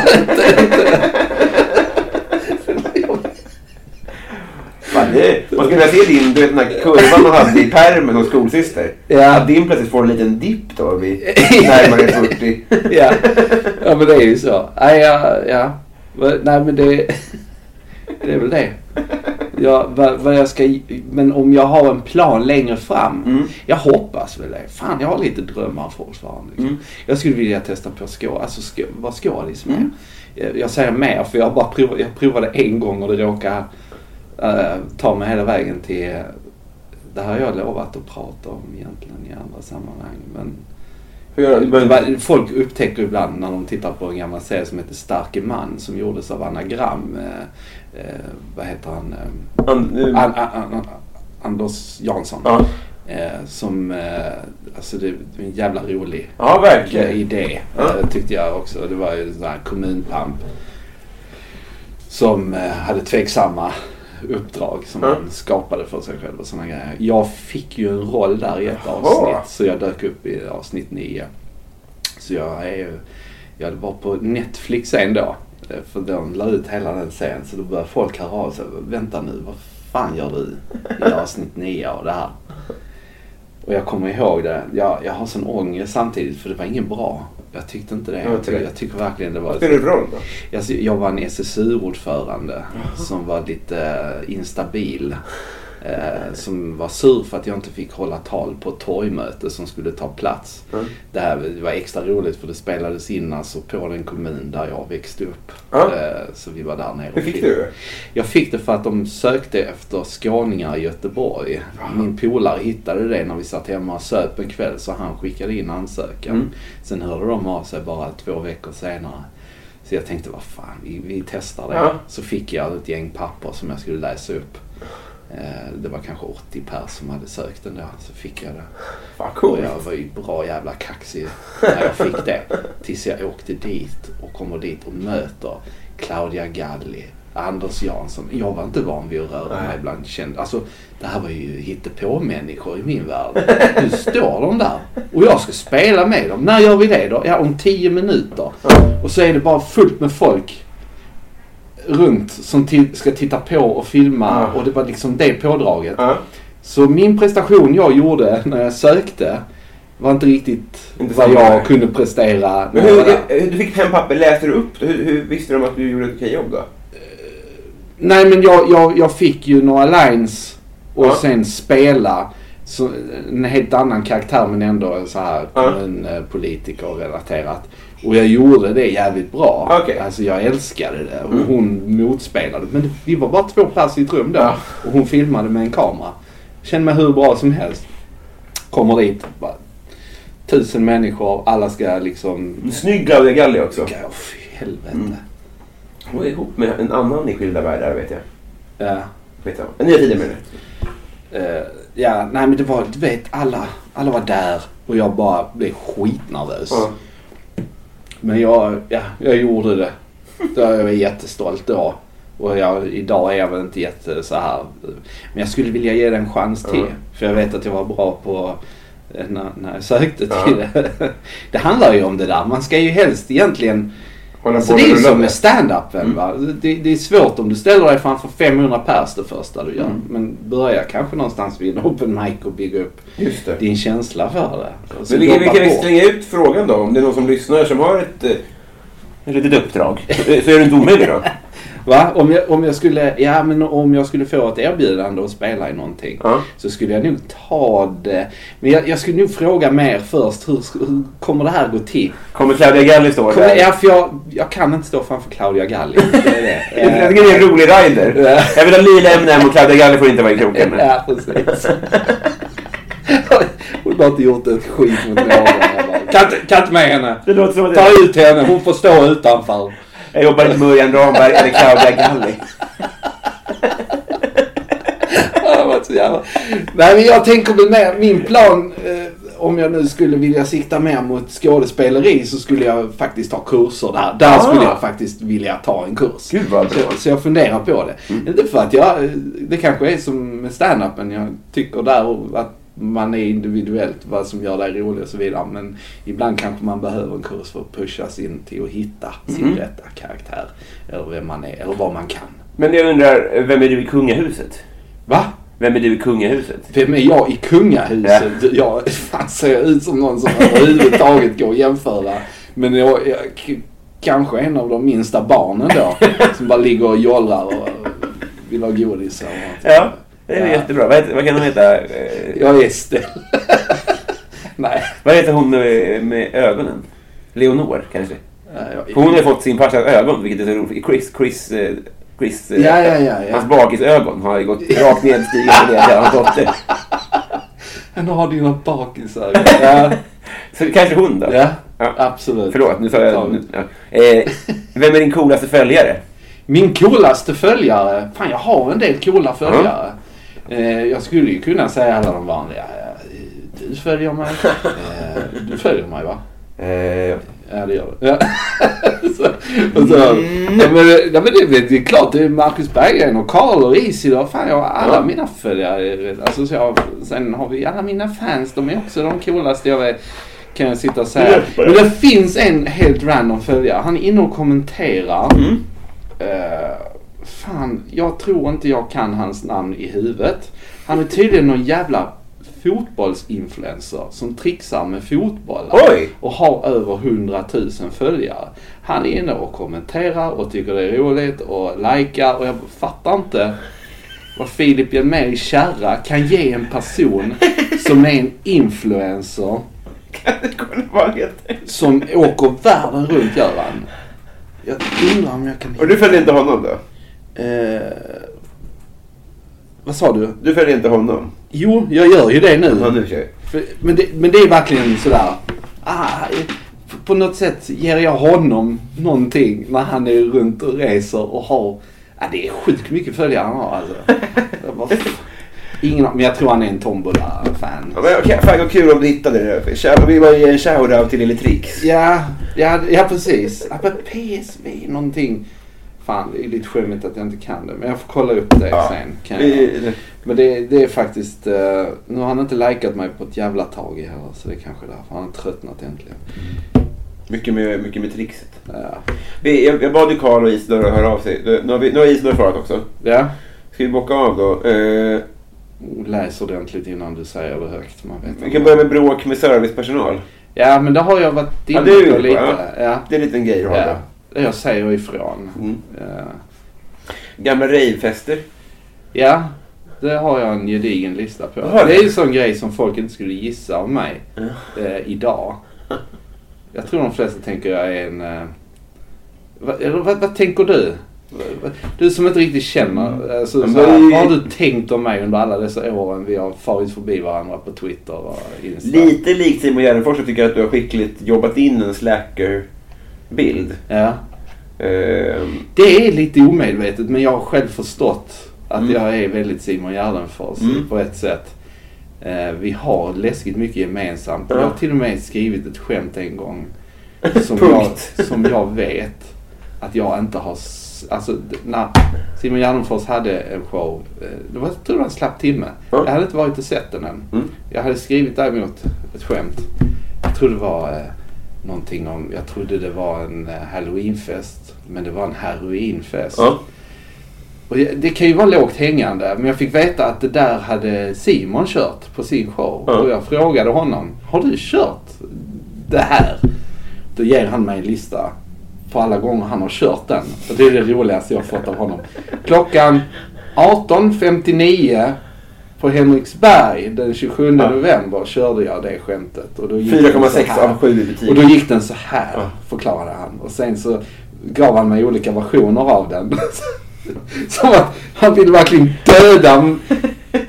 Man skulle vilja se den här kurvan man hade i pärmen hos skolsyster. Ja. Att din plötsligt får en liten dipp då vid närmare 40. Ja, men det är ju så. Ja. Nej, men det är väl det. Vad jag ska, men om jag har en plan längre fram. Jag hoppas väl det. Fan, jag har lite drömmar fortfarande. Liksom. Jag skulle vilja testa på vad skådis med. Jag säger mer för jag provade en gång och det råkade ta mig hela vägen till det här har jag lovat att prata om egentligen i andra sammanhang, men folk upptäcker ibland när de tittar på en gammal serie som heter Starke man som gjordes av Anagram vad heter han Anders Jansson som alltså det är en jävla rolig idé tyckte jag också. Det var ju sån här kommunpamp som hade tveksamma uppdrag som man skapade för sig själv och såna grejer. Jag fick ju en roll där i ett avsnitt så jag dök upp i avsnitt 9. Så jag var på Netflix en dag för de la ut hela den serien så då började folk höra av sig. Vänta nu, vad fan gör du i avsnitt 9 av det här? Och jag kommer ihåg det. Jag har sån ångest samtidigt för det var ingen bra. Jag tyckte inte det. Jag tycker verkligen det var... Vad spelar du för roll då? Jag var en SSU-ordförande som var lite instabil. Som var sur för att jag inte fick hålla tal på ett torgmöte som skulle ta plats. Det här var extra roligt för det spelades in alltså på den kommun där jag växte upp. Så vi var där nere. Hur fick du det? Jag fick det för att de sökte efter skåningar i Göteborg. Min polare hittade det när vi satt hemma och söp en kväll så han skickade in ansökan. Sen hörde de av sig bara 2 veckor senare. Så jag tänkte, vad fan, vi testar det. Så fick jag ett gäng papper som jag skulle läsa upp. Det var kanske 80 pers som hade sökt den där. Så fick jag det. Cool. Och jag var ju bra jävla kaxig när jag fick det. Tills jag åkte dit och kommer dit och möter Claudia Galli, Anders Jansson. Jag var inte van vid att röra mig bland kända. Alltså, det här var ju hittepå-människor i min värld. Nu står de där och jag ska spela med dem. När gör vi det då? Ja, om 10 minuter. Och så är det bara fullt med folk runt som ska titta på och filma och det var liksom det pådraget. Så min prestation jag gjorde när jag sökte var inte riktigt vad jag kunde prestera. Men du fick 5 papper, läste du upp? Hur visste de att du gjorde ett okej jobb då? Nej, men jag fick ju några lines och sen spela så, en helt annan karaktär men ändå så här en politiker relaterat. Och jag gjorde det jävligt bra. Alltså jag älskade det. Och hon motspelade. Men vi var bara 2 pers i ett rum då. Och hon filmade med en kamera. Kände mig hur bra som helst. Kommer dit. Bara 1000 människor. Alla ska liksom... Snygg Claudia Galli också. Ja, fy helvete. Hon är ihop med en annan i Skilda världar, vet jag. Ja. Vet jag. En nya tider med det. Ja, nej men det var... Du vet, alla var där. Och jag bara blev skitnervös. Men jag gjorde det. Jag var jättestolt då. Och idag är jag väl inte jätte så här. Men jag skulle vilja ge det en chans till. För jag vet att jag var bra på när jag sökte till det. Det handlar ju om det där. Man ska ju helst egentligen... Alltså det är ju som med stand-upen va. Det är svårt om du ställer dig framför 500 pers det första du gör. Men börja kanske någonstans vid en open mic och bygga upp din känsla för det. Men vi kan slänga ut frågan då. Om det är någon som lyssnar som har ett litet uppdrag. Så är det inte omöjligt då? Va? Om jag skulle få ett erbjudande att spela i någonting så skulle jag nog ta det. Men jag skulle nog fråga mer först. Hur kommer det här gå till? Kommer Claudia Galli stå där? Ja, för jag kan inte stå framför Claudia Galli. Det är det. Jag tycker det är en rolig rider. Jag vill ha Lila M&M och Claudia Galli får inte vara i kroken. Ja, precis. Hon har inte gjort ett skit mot mig. Kan inte med henne. Ta ut henne. Hon får stå utanför. Jag jobbar inte med Örjan Ramberg eller Claudia Galli. Nej, men jag tänker väl med min plan, om jag nu skulle vilja sikta mer mot skådespeleri, så skulle jag faktiskt ta kurser där. Där skulle jag faktiskt vilja ta en kurs. Gud vad bra. Så jag funderar på det. Inte för att det kanske är som med stand-upen. Jag tycker där att man är individuellt vad som gör dig rolig och så vidare. Men ibland kanske man behöver en kurs för att pushas in till att hitta sin rätta karaktär. Eller vem man är, eller vad man kan. Men jag undrar, vem är du i kungahuset? Va? Vem är du i kungahuset? Vem är jag i kungahuset? Ja. Jag fan ser ut som någon som överhuvudtaget går att jämföra. Men jag kanske en av de minsta barnen då. Som bara ligger och jollrar och vill ha godis. Ja, det är jättebra. Vad kan hon heta? Jag är Estelle. Nej. Vad heter hon med ögonen? Leonor kanske? För hon har fått sin parsas ögon, vilket är så roligt. Chris hans bakisögon har gått rakt nedstigande till det hans dotter. Han har dina bakisögon. Ja. Så kanske hon då? Ja, absolut. Förlåt, nu sa jag... Vem är din coolaste följare? Min coolaste följare? Fan, jag har en del coola följare. Jag skulle ju kunna säga alla de vanliga. Du följer mig. Du följer mig, va? Ja, det gör det. Ja. Men det är klart, det är Marcus Berggren och Karl och Isidor. Fan, jag har alla mina följare. Alltså, sen har vi alla mina fans. De är också de coolaste jag vet. Kan jag sitta och säga. Men det finns en helt random följare. Han är inne och kommenterar. Fan, jag tror inte jag kan hans namn i huvudet. Han är tydligen någon jävla fotbollsinfluencer som trixar med fotbollar. Oj. Och har över 100 000 följare. Han är inne och kommenterar och tycker det är roligt och likar, och jag fattar inte vad Filip Hjelmér Kärra kan ge en person som är en influencer som åker världen runt, gör han. Jag undrar om jag kan... Och du följer inte honom då? Vad sa du? Du följer inte honom? Jo, jag gör ju det nu. Ja, nu kör jag. Men det är verkligen sådär... på något sätt ger jag honom någonting när han är runt och reser och har... det är sjukt mycket följare han har alltså. Men jag tror han är en Tombola-fan. Ja, men okej, fan vad kul om du hittade det. Vi var ju en shoutout till Lille Trix. Ja, precis. PSV någonting. Fan, det är lite skämmigt att jag inte kan det. Men jag får kolla upp det sen. Men det är faktiskt... nu har han inte likat mig på ett jävla tag i heller. Så det är kanske därför han har tröttnat äntligen. Mycket med trixet. Ja. Jag bad ju Karl och Isidor att höra av sig. Nu har Isidor svarat också. Ja. Ska vi bocka av då? Läs ordentligt innan du säger det högt. Man vet vi kan börja med bråk med servicepersonal. Ja, men det har jag varit inne på lite. Ja. Det är en liten grej du har då. Det jag säger ifrån. Gamla ravefester. Ja, det har jag en gedigen lista på. Det är en sån grej som folk inte skulle gissa av mig idag. Jag tror de flesta tänker jag är en... Vad tänker du? Du som inte riktigt känner. Alltså, vad har du tänkt om mig under alla dessa åren vi har farit förbi varandra på Twitter och Insta? Lite likt Simon Gärdenfors, jag tycker att du har skickligt jobbat in en Slacker-bild. Ja. Det är lite omedvetet, men jag har själv förstått att jag är väldigt Simon Gärdenfors på ett sätt. Vi har läskigt mycket gemensamt. Jag har till och med skrivit ett skämt en gång som jag vet att jag inte har... Alltså, när Simon Gärdenfors hade en show, jag tror det var en slapp timme. Jag hade inte varit och sett den än. Jag hade skrivit däremot ett skämt. Jag tror det var någonting om, jag trodde det var en Halloweenfest, men det var en heroinfest. Och det kan ju vara lågt hängande, men jag fick veta att det där hade Simon kört på sin show. Och jag frågade honom, har du kört det här? Då ger han mig en lista på alla gånger han har kört den. Och det är det roligaste jag har fått av honom. Klockan 18.59 på Henriksberg den 27 november körde jag det skämtet. 4,6 av 7 i betyg. Och då gick den så här, förklarade han. Och sen så gav han mig olika versioner av den. Som att han ville verkligen döda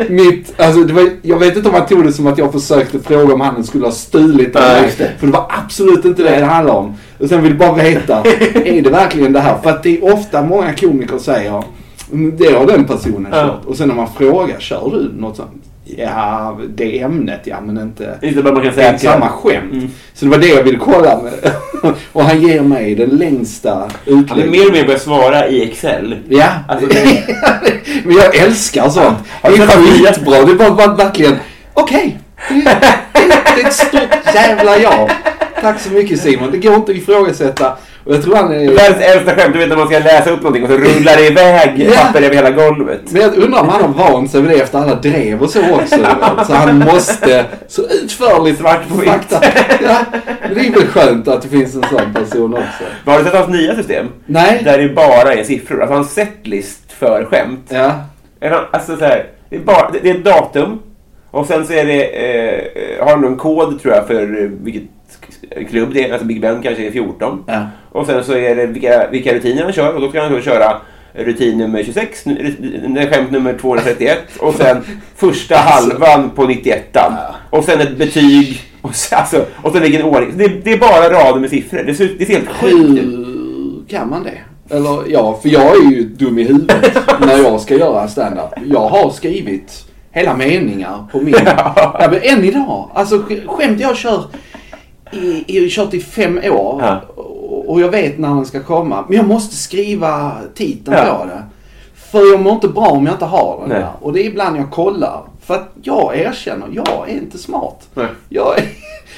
jag vet inte om han tog det som att jag försökte fråga om han skulle ha stulit det. För det var absolut inte det handlar om. Och sen vill bara veta, är det verkligen det här? För att det är ofta många komiker säger, det har den personen kört. Och sen när man frågar, kör du något sånt? Ja, det är ämnet, men inte man kan säga samma skämt. Så det var det jag ville kolla med. Och han ger mig den längsta utläggningen. Han är mer och mer börjat svara i Excel. Ja, alltså, men jag älskar sånt. Det är skitbra. Det var verkligen, okej. Det är ett stort jävla ja. Tack så mycket Simon. Det går inte att ifrågasätta. Och jag tror han är... Världens äldsta skämt, du vet när man ska läsa upp någonting och så rullar det iväg papper över hela golvet. Men jag undrar om han har vant sig med det efter alla drev och så också. Så han måste så utförligt svart på vitt. Ja, men det är väl skönt att det finns en sån person också. Har du sett hans nya system? Nej. Där det bara är siffror. Alltså hans setlist för skämt. Ja. Alltså så här, det är ett datum. Och sen så är det, har han en kod tror jag för vilket klubb det är, alltså Big Ben kanske är 14. Ja. Och sen så är det vilka rutiner han kör, och då ska han köra rutin nummer 26, skämt nummer 231 och sen första halvan på 91. Ja. Och sen ett betyg och sen ligger en ordning. Det är bara rader med siffror. Det ser helt sjukt ut. Hur kan man det? Eller ja, för jag är ju dum i huvudet när jag ska göra stand-up. Jag har skrivit hela meningar på min. Ja, men än idag. Alltså skämt jag kör jag har kört i 5 år. Ja. Och jag vet när den ska komma. Men jag måste skriva titeln på det. För jag mår inte bra om jag inte har den där. Och det är ibland jag kollar. För att jag erkänner, jag är inte smart. Nej. Jag är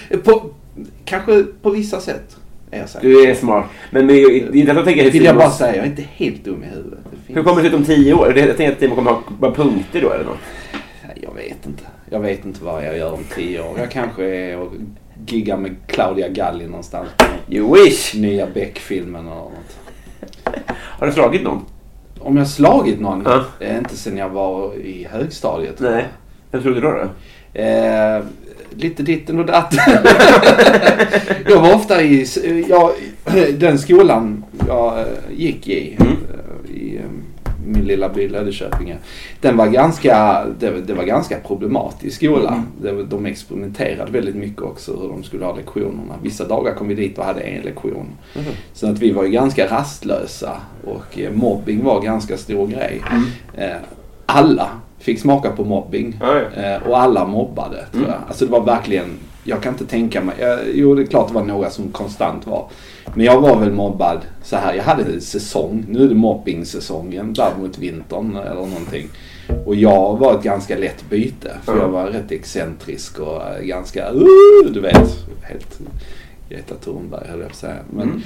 kanske på vissa sätt. Du är smart. Men det är inte att jag tänker... Vill jag bara säga, jag är inte helt dum i huvudet. Hur kommer det ut om 10 år? Jag tänkte att Timo kommer ha bara punkter då eller något. Jag vet inte vad jag gör om 10 år. Jag kanske är och giggar med Claudia Galli någonstans. You wish! Nya Beck-filmen eller något. Har du slagit någon? Om jag slagit någon? Det är inte sen jag var i högstadiet. Nej. Vem trodde du då? Lite ditten och datten. Jag var ofta i den skolan jag gick i min lilla by Löddeköpinge. Den var det var ganska problematisk skola. De experimenterade väldigt mycket också hur de skulle ha lektionerna. Vissa dagar kom vi dit och hade en lektion. Så att vi var ju ganska rastlösa och mobbing var ganska stor grej. Alla fick smaka på mobbing och alla mobbade tror jag. Alltså det var verkligen, jag kan inte tänka mig, jo det är klart det var några som konstant var, men jag var väl mobbad så här. Jag hade en säsong, nu är det mobbing-säsongen där mot vintern eller någonting, och jag var ett ganska lätt byte för jag var rätt excentrisk och ganska du vet, helt Greta Thunberg höll jag på att säga, men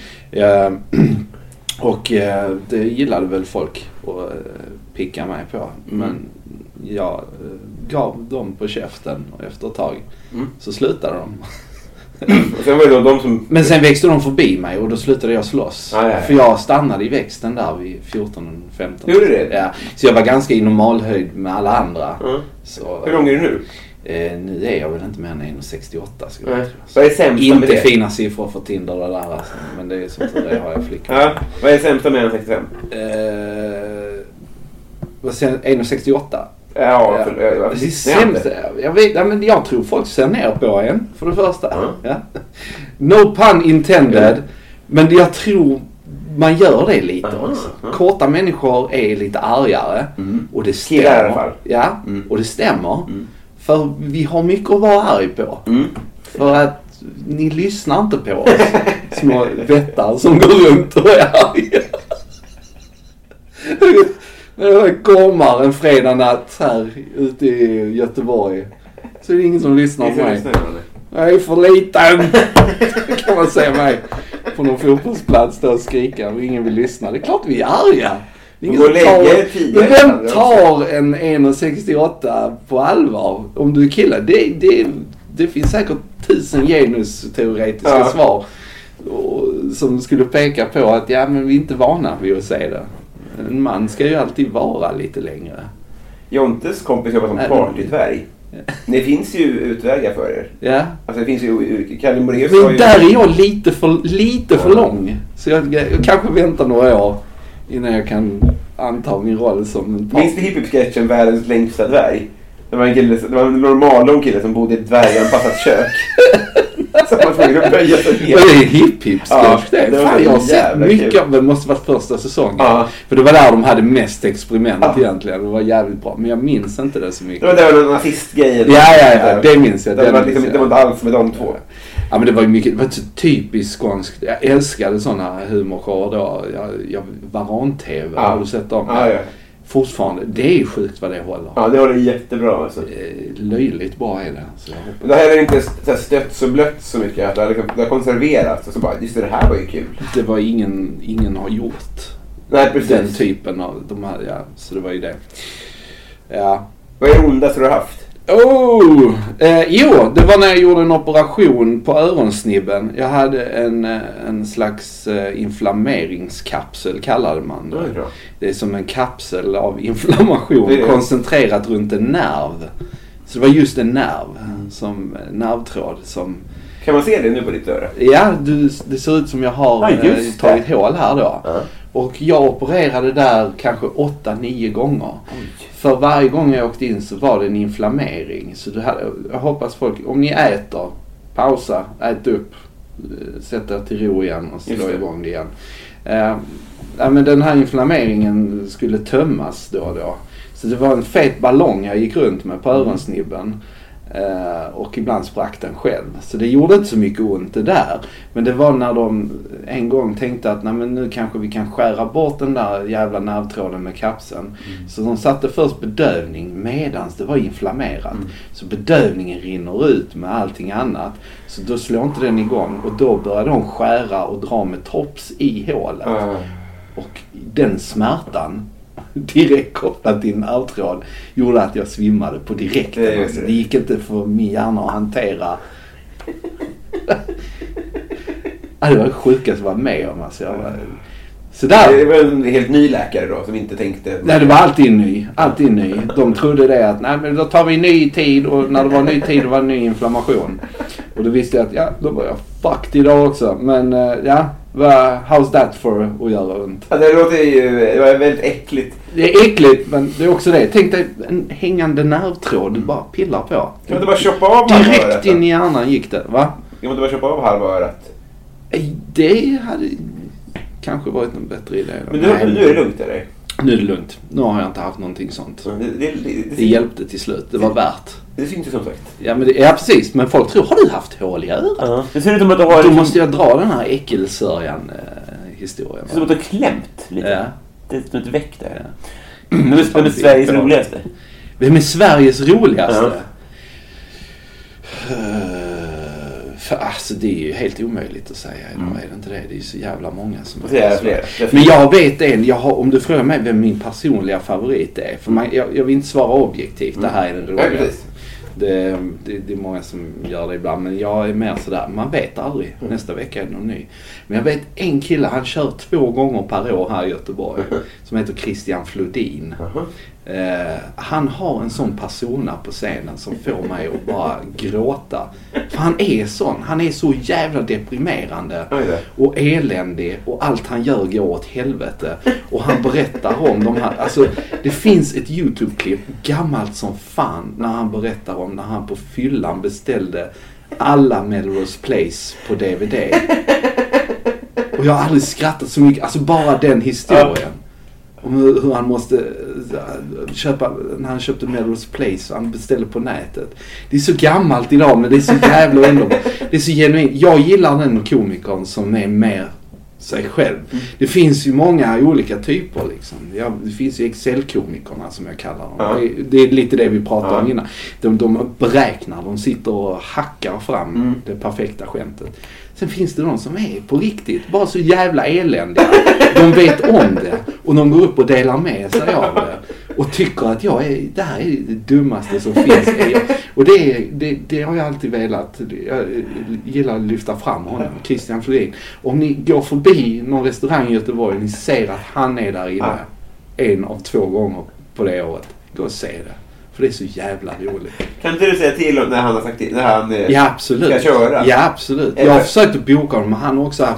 och det gillade väl folk och picka mig på, men jag gav dem på käften och efter ett tag så slutade de. Och sen var det de som... Men sen växte de förbi mig och då slutade jag slåss. För jag stannade i växten där vid 14-15. Gjorde det? Ja, så jag var ganska i normalhöjd med alla andra. Så, hur lång är du nu? Nu är jag väl inte mer än 1,68 skulle jag tro. Vad är sämsta inte med det? Fina siffror för Tinder och där alltså, men det är som tur det har jag flickor. Ja, vad är sämsta med 1,65? 1,68? Ja, det sämsta. Jag vet, men jag tror folk ser ner på en för det första. Ja. No pun intended. Men jag tror man gör det lite också. Korta människor är lite argare och det stämmer. I alla fall. Ja, och det stämmer. För vi har mycket att vara arg på. För att ni lyssnar inte på oss. Små vättar som går runt och är arga. När jag kommer en fredag natt här ute i Göteborg så är det ingen som lyssnar på mig. Jag är för liten, kan man säga mig. På någon fotbollsplats där och skrika och ingen vill lyssna. Det är klart vi är arga. Vem tar en 1,68 på allvar om du är kille? Det finns säkert 1000 genusteoretiska svar som skulle peka på att men vi är inte vana vid att säga det. En man ska ju alltid vara lite längre. Jontes kompis jobbar som partytväg. Det finns ju utvägar för er. Ja. Alltså det finns ju Kalle Moraeus. Men där är jag lite för lång. Så jag kanske väntar några år innan jag kan anta min roll som en party. Minns du hiphop-sketchen Världens längsta dvärg? Det var en normal kille som bodde i ett dvärganpassat kök. Så man tvungen att böja sig ner. Det är hipp-hipp-sketch det. Det Fan, jag har sett mycket kul. av det. Måste varit första säsongen. För det var där de hade mest experiment egentligen. Det var jävligt bra. Men jag minns inte det så mycket. Det var nazistgrejen. Ja, det minns jag. Det var inte alls med de två. Ja, men det var ju mycket, det var så typiskt skånskt. Jag älskade sådana humorshower då. Varan-TV, har du sett dem? Ja. Fortfarande, det är ju sjukt vad det håller. Ja, det håller jättebra alltså. Löjligt bra är det. Så det här är inte stött och blött så mycket. Det har konserverats. Och så bara, just det här var ju kul. Det var ingen har gjort. Nej, precis. Den typen av de här, så det var ju det. Ja. Vad är det ondaste du har haft? Jo, det var när jag gjorde en operation på öronsnibben. Jag hade en slags inflammeringskapsel kallade man det. Det är som en kapsel av inflammation koncentrerat runt en nerv. Så det var just en nervtråd som... Kan man se det nu på ditt öra? Ja, det ser ut som jag har tagit hål här då. Och jag opererade där kanske 8-9 gånger. För varje gång jag åkte in så var det en inflammering. Så jag hoppas folk, om ni äter, pausa, ät upp, sätt er till ro igen och slå igång det igen. Men den här inflammeringen skulle tömmas då och då. Så det var en fet ballong jag gick runt med på öronsnibben. Och ibland sprack den själv. Så det gjorde inte så mycket ont det där. Men det var när de en gång tänkte att men nu kanske vi kan skära bort den där jävla nervtråden med kapseln. Så de satte först bedövning medans det var inflammerat. Så bedövningen rinner ut med allting annat. Så då slår inte den igång. Och då började de skära och dra med tops i hålet. Och den smärtan direkt kopplat till en nervtråd gjorde att jag svimmade på direkten. Alltså, det gick inte för min hjärna att hantera. Det var det sjukaste jag var med om. Alltså, det var en helt ny läkare då som inte tänkte... Nej, det var alltid ny. De trodde det att men då tar vi en ny tid och när det var ny tid då var det ny inflammation. Och då visste jag att då var jag fucked idag också. Men how's that for att göra ont? Ja, det låter ju väldigt äckligt. Det är äckligt, men det är också det. Tänk dig en hängande nervtråd du bara pillar på. Kan du inte bara choppa av halva örat? Direkt in i hjärnan gick det, va? Kan du inte bara choppa av halva örat? Det hade kanske varit en bättre idé. Men nu är det lugnt eller? Nu är det lugnt. Nu har jag inte haft någonting sånt. Det hjälpte till slut. Det var värt. Det syns ju som sagt. Ja, men precis. Men folk tror, har du haft hål i örat? Det ser ut som att du har... Då måste jag dra den här äckelsörjan historien. Det ser ut som att du har klämt lite. Ja. Det är som ett väck där. Vem är Sveriges roligaste? Vem är Sveriges roligaste? Alltså det är ju helt omöjligt att säga idag, är det inte det? Det är ju så jävla många som Men jag vet om du frågar mig vem min personliga favorit är, för jag vill inte svara objektivt, det här är den roligaste. Det är många som gör det ibland, men jag är mer sådär, man vet aldrig, nästa vecka är det någon ny. Men jag vet en kille, han kör 2 gånger per år här i Göteborg, som heter Christian Flodin. Han har en sån persona på scenen som får mig att bara gråta. För han är så jävla deprimerande och eländig och allt han gör går åt helvete. Och han berättar om de här, alltså det finns ett YouTube-klipp gammalt som fan när han berättar om när han på fyllan beställde alla Melrose Place på DVD. Och jag har aldrig skrattat så mycket, alltså bara den historien. Om hur han måste köpa, när han köpte Melrose Place, han beställde på nätet. Det är så gammalt idag, men det är så jävla underbart. Det är så genuint. Jag gillar den komikern som är mer sig själv. Det finns ju många olika typer liksom. Det finns ju Excel-komikerna som jag kallar dem. Det är lite det vi pratade om innan. De beräknar, de sitter och hackar fram det perfekta skämtet. Sen finns det de som är på riktigt bara så jävla eländiga. De vet om det och de går upp och delar med sig av det och tycker att det här är det dummaste som finns. Och det har jag alltid velat. Jag gillar att lyfta fram honom, Christian Flodin. Om ni går förbi någon restaurang i Göteborg och ni ser att han är där inne 1 av 2 gånger på det året, gå och se det. För det är så jävla roligt. Kan inte du säga till om när han har sagt till, när han absolut. ska köra? Ja, absolut. Jag har försökt att boka honom, men han har också haft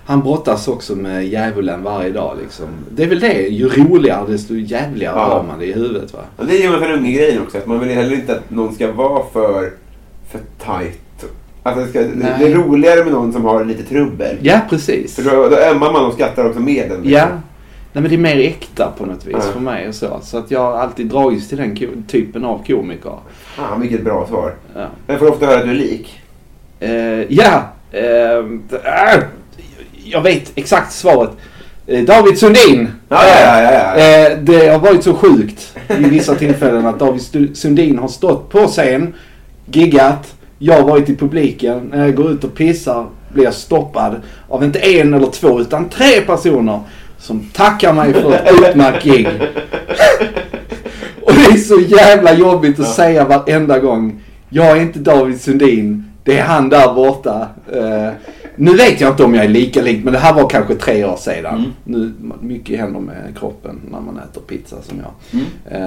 Han brottas också med djävulen varje dag liksom. Det är väl det, ju roligare desto jävligare har man det i huvudet, va? Och det är ju ungefär unge grejen också, att man vill heller inte att någon ska vara för tight. Alltså det är roligare med någon som har lite trubbel. Ja, precis. För då ömmar man och skrattar också med den. Liksom. Ja, nej, men det är mer äkta på något vis för mig och så. Så att jag har alltid dragits till den typen av komiker. Vilket bra svar. Ja. Jag får ofta höra att du är lik. Jag vet exakt svaret. David Sundin. Ja. Det har varit så sjukt i vissa tillfällen att David Sundin har stått på scen, giggat. Jag har varit i publiken. När jag går ut och pissar blir jag stoppad av inte 1 eller 2 utan 3 personer som tackar mig för ett utmärkt gig. Och det är så jävla jobbigt att säga varenda gång. Jag är inte David Sundin. Det är han där borta. Nu vet jag inte om jag är lika lik, men det här var kanske 3 år sedan. Nu, mycket händer med kroppen när man äter pizza som jag.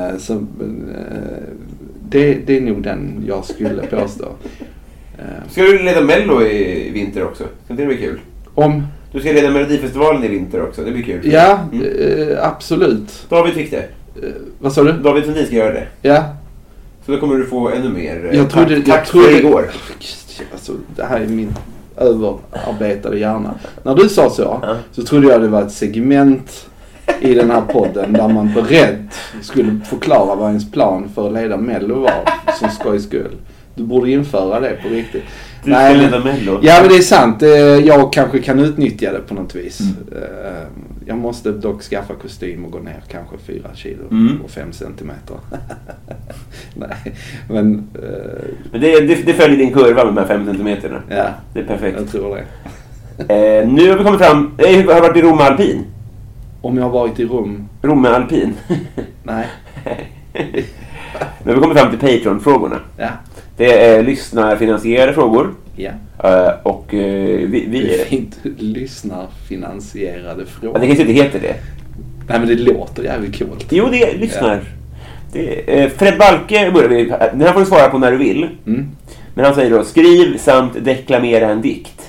Det är nog den jag skulle påstå. Ska du leda Mello i vinter också? Så det blir kul. Du ska leda Melodifestivalen i vinter också, det blir kul. Ja, absolut. David fick det. Vad sa du? David Sundin ska göra det. Ja. Så då kommer du få ännu mer. Jag trodde för igår. Alltså, det här är min överarbetade hjärna. När du sa så trodde jag det var ett segment i den här podden där man beredd skulle förklara vad ens plan för att leda Mello var som skojs skull. Du borde införa det på riktigt. Du ska leda Mello. Ja, men det är sant. Jag kanske kan utnyttja det på något vis. Jag måste dock skaffa kostym och gå ner kanske 4 kilo och 5 centimeter. Nej, men det följer din kurva med de här 5 centimeterna. Ja, det är perfekt. Jag tror det. Nu har vi kommit fram. Jag har varit i Rom alpin. Om jag har varit i Rom? Rom alpin. Nej. Nu har vi kommit fram till Patreon-frågorna. Ja. Det är lyssnarfinansierade frågor. Ja. Och vi är inte lyssnarfinansierade frågor. Ja, det kanske inte heter det. Nej, men det låter jävligt coolt. Jo, det är lyssnar. Ja. Det är, Fred Balke börjar vi. Den här får du svara på när du vill. Men han säger då: skriv samt deklamera en dikt.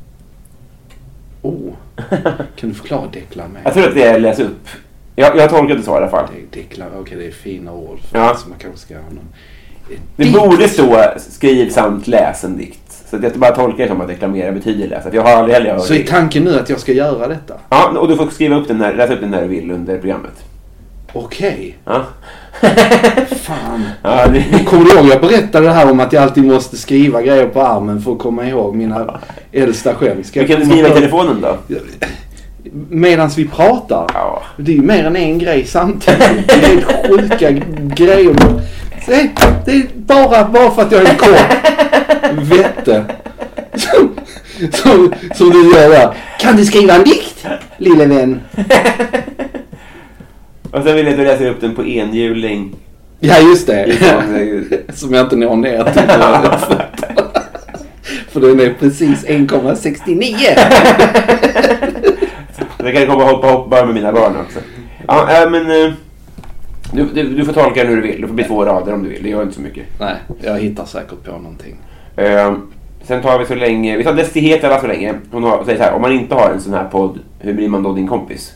Kan du förklara deklamera? Jag tror att det är läs upp. Jag har tolkat det så i alla fall. Okej, det är fina ord. Ja. Så man kanske ska ha någon... Det borde stå skriv samt läs en dikt. Så att jag bara tolkar det som att deklamera betyder läsa. För jag har aldrig heller hört. Så är tanken nu att jag ska göra detta? Ja, och du får skriva upp läsa upp den när du vill under programmet. Okej. Ja. Fan. Ja, kommer du ihåg, jag berättade det här om att jag alltid måste skriva grejer på armen för att komma ihåg mina äldsta skämt. Kan du skriva i telefonen då? Medans vi pratar. Ja. Det är ju mer än en grej samtidigt. Det är sjuka grejer. Det är bara för att jag är en kort vette. Som du gör där. Kan du skriva en dikt, lille vän? Och sen vill jag att du läser upp den på enhjuling. Ja, just det. Som jag inte når ner till. För den är precis 1,69. Det kan komma hoppa bara med mina barn också. Ja, men du får tolka hur du vill. Du får bli 2 rader om du vill. Det gör inte så mycket. Nej, jag hittar säkert på någonting. Sen tar vi så länge. Vi tar Desti alla så länge. Hon säger så här: om man inte har en sån här podd, hur blir man då din kompis?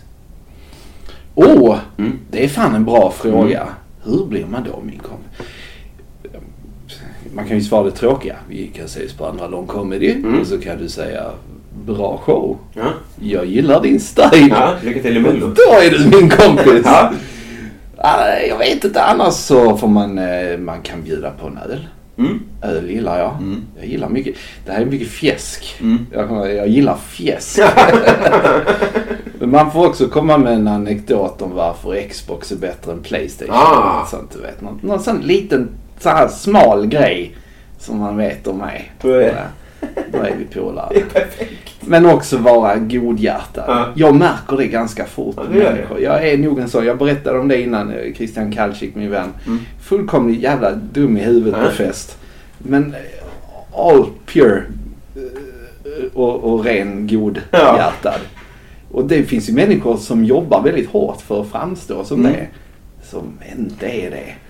Det är fan en bra fråga. Hur blir man då min kompis? Man kan ju svara det tråkiga. Vi kan ses på Andra Lång Comedy. Och så kan du säga: bra show. Ja. Jag gillar din style. Ja, lycka till i Mello. Då är du min kompis. Ja. Jag vet inte, annars så får man kan bjuda på en öl. Öl gillar jag. Jag gillar mycket. Det här är mycket fjäsk. Jag gillar fjäsk. Men man får också komma med en anekdot om varför Xbox är bättre än PlayStation. Sånt, du vet. Någon sån liten så här smal grej som man vet om mig. Då är vi polare. Men också vara godhjärtad. Jag märker det ganska fort. Jag är nog en sån. Jag berättade om det innan. Christian Kalcik, min vän. Fullkomligt jävla dum i huvudet på fest. Men all pure och ren godhjärtad. Och det finns ju människor som jobbar väldigt hårt för att framstå som det. Som inte är det.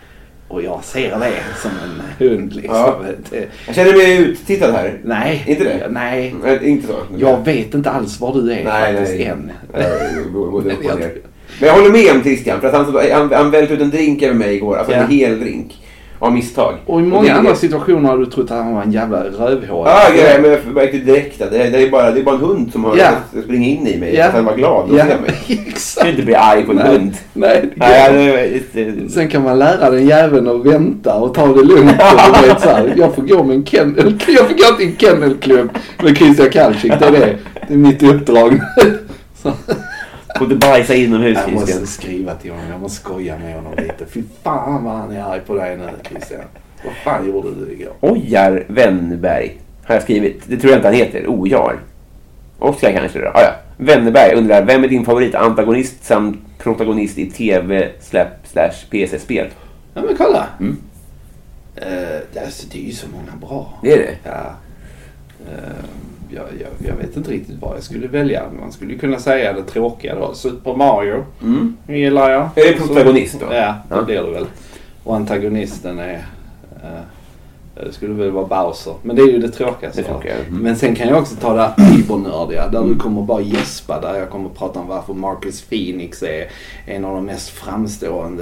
Och jag ser det som en hund liksom. Ja. Jag känner mig uttittad här. Nej. Inte det? Nej. Inte så. Jag vet inte alls var du är faktiskt än. Men jag håller med om Christian, för att han välte ut en drink över mig igår. Alltså en hel drink. Av misstag. Och i många andra situationer har du trott att han var en jävla rövhål. Ja, men jag märkte direkt att det är bara en hund som har springat in i mig. Så att han var glad att se mig. Exakt. Jag kan inte bli arg på en hund. Nej. Sen kan man lära den jäveln att vänta och ta det lugnt. Jag får gå med jag får gå till en kennelklubb med Christian Kalczyk. Det är mitt uppdrag. Så. Får du bajsa inomhus, Christian? Christian? Jag måste skriva till honom. Jag måste skoja med honom lite. Fy fan vad han är arg på dig nu, Christian. Vad fan gjorde du igår? Ojar Wennerberg har jag skrivit. Det tror jag inte han heter. Ojar. Oskar kanske det. Ja. Wennerberg undrar, vem är din favorit antagonist samt protagonist i tv/PC-spel? Ja, men kolla. Det är ju så många bra. Det är det? Ja. Jag vet inte riktigt vad jag skulle välja. Man skulle kunna säga det tråkiga då. Super Mario gillar jag. Är det protagonist då? Ja, det blir det väl. Och antagonisten är... det skulle väl vara Bowser. Men det är ju det tråkigaste. Men sen kan jag också ta det ibernördiga. Där du kommer bara gäspa. Där jag kommer prata om varför Marcus Phoenix är en av de mest framstående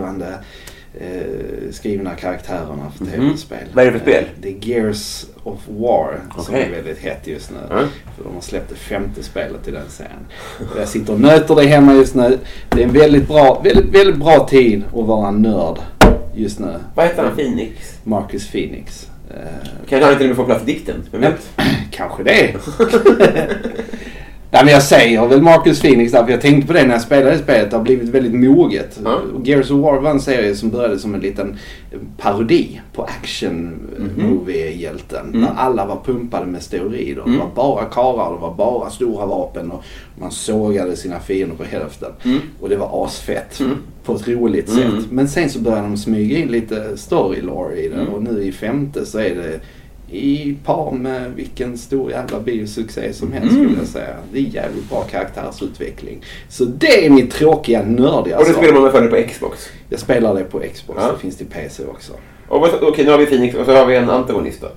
skrivna karaktärerna för tv-spel. Vad är det för spel? Det är Gears of War som är väldigt hett just nu. För de har släppt det 5:e spelet i den serien. Jag sitter och nöter det hemma just nu. Det är en väldigt bra tid att vara en nörd just nu. Vad heter han? Phoenix? Marcus Phoenix. Kanske han inte med få plats i dikten? Kanske det. Nej, men jag säger väl Marcus Phoenix där, för jag tänkte på det när jag spelade spelet. Det har blivit väldigt moget. Gears of War var en serie som började som en liten parodi på action-movie-hjälten. Där alla var pumpade med steroider. Det var bara karar, det var bara stora vapen och man sågade sina fiender på hälften. Och det var asfett på ett roligt sätt. Men sen så började de smyga in lite story-lore i det. Och nu i 5:e så är det i par med vilken stor jävla biosuccé som helst skulle jag säga. Det är jävligt bra karaktärsutveckling. Så det är mitt tråkiga nördiga. Och det spelar man med på Xbox? Jag spelar det på Xbox. Det finns till PC också. Okej, nu har vi Phoenix och så har vi en antagonist då.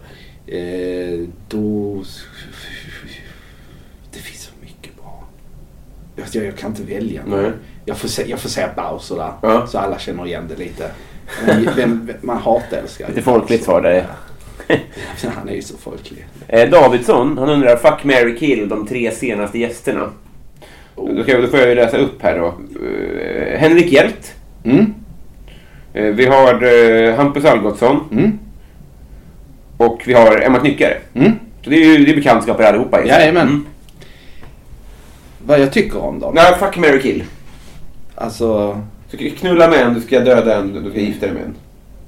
Det finns så mycket bra. Jag kan inte välja. Jag får säga Bowser där. Så alla känner igen det lite. Man hatälskar. Lite folkligt svar där. Han är ju så folklig. Davidsson, han undrar fuck, marry, kill de 3 senaste gästerna. Då får jag ju läsa upp här då. Henrik Hjelt. Vi har Hampus Algotsson. Och vi har Emma Knyckare. Så det är ju bekantskaper allihopa. Jajamän. Vad jag tycker om dem? Nej, fuck, marry, kill. Alltså... Du ska knulla med en, du ska döda en, du ska gifta dig med en.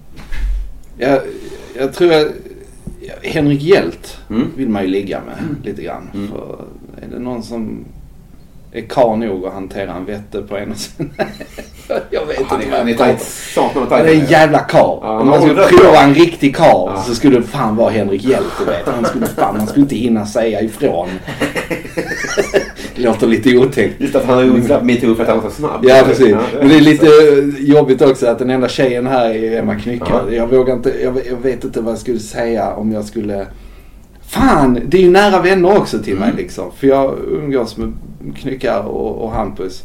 Jag tror att Henrik Hjelt vill man ju ligga med lite grann. För är det någon som är kar nog att hantera en vette på en och sen... Jag vet inte. Han är en jävla kar. Om man skulle prova en riktig kar så skulle det fan vara Henrik Hjelt, du vet. Man skulle inte hinna säga ifrån. Det låter lite otäckt. Just att han har gjort MeToo för att han var så snabb. Ja, precis. Men det är lite jobbigt också att den enda tjejen här är Emma Knyckare. Jag vågar inte, jag vet inte vad jag skulle säga om jag skulle... Fan, det är ju nära vänner också till mig liksom. För jag umgås med Knyckare och Hampus.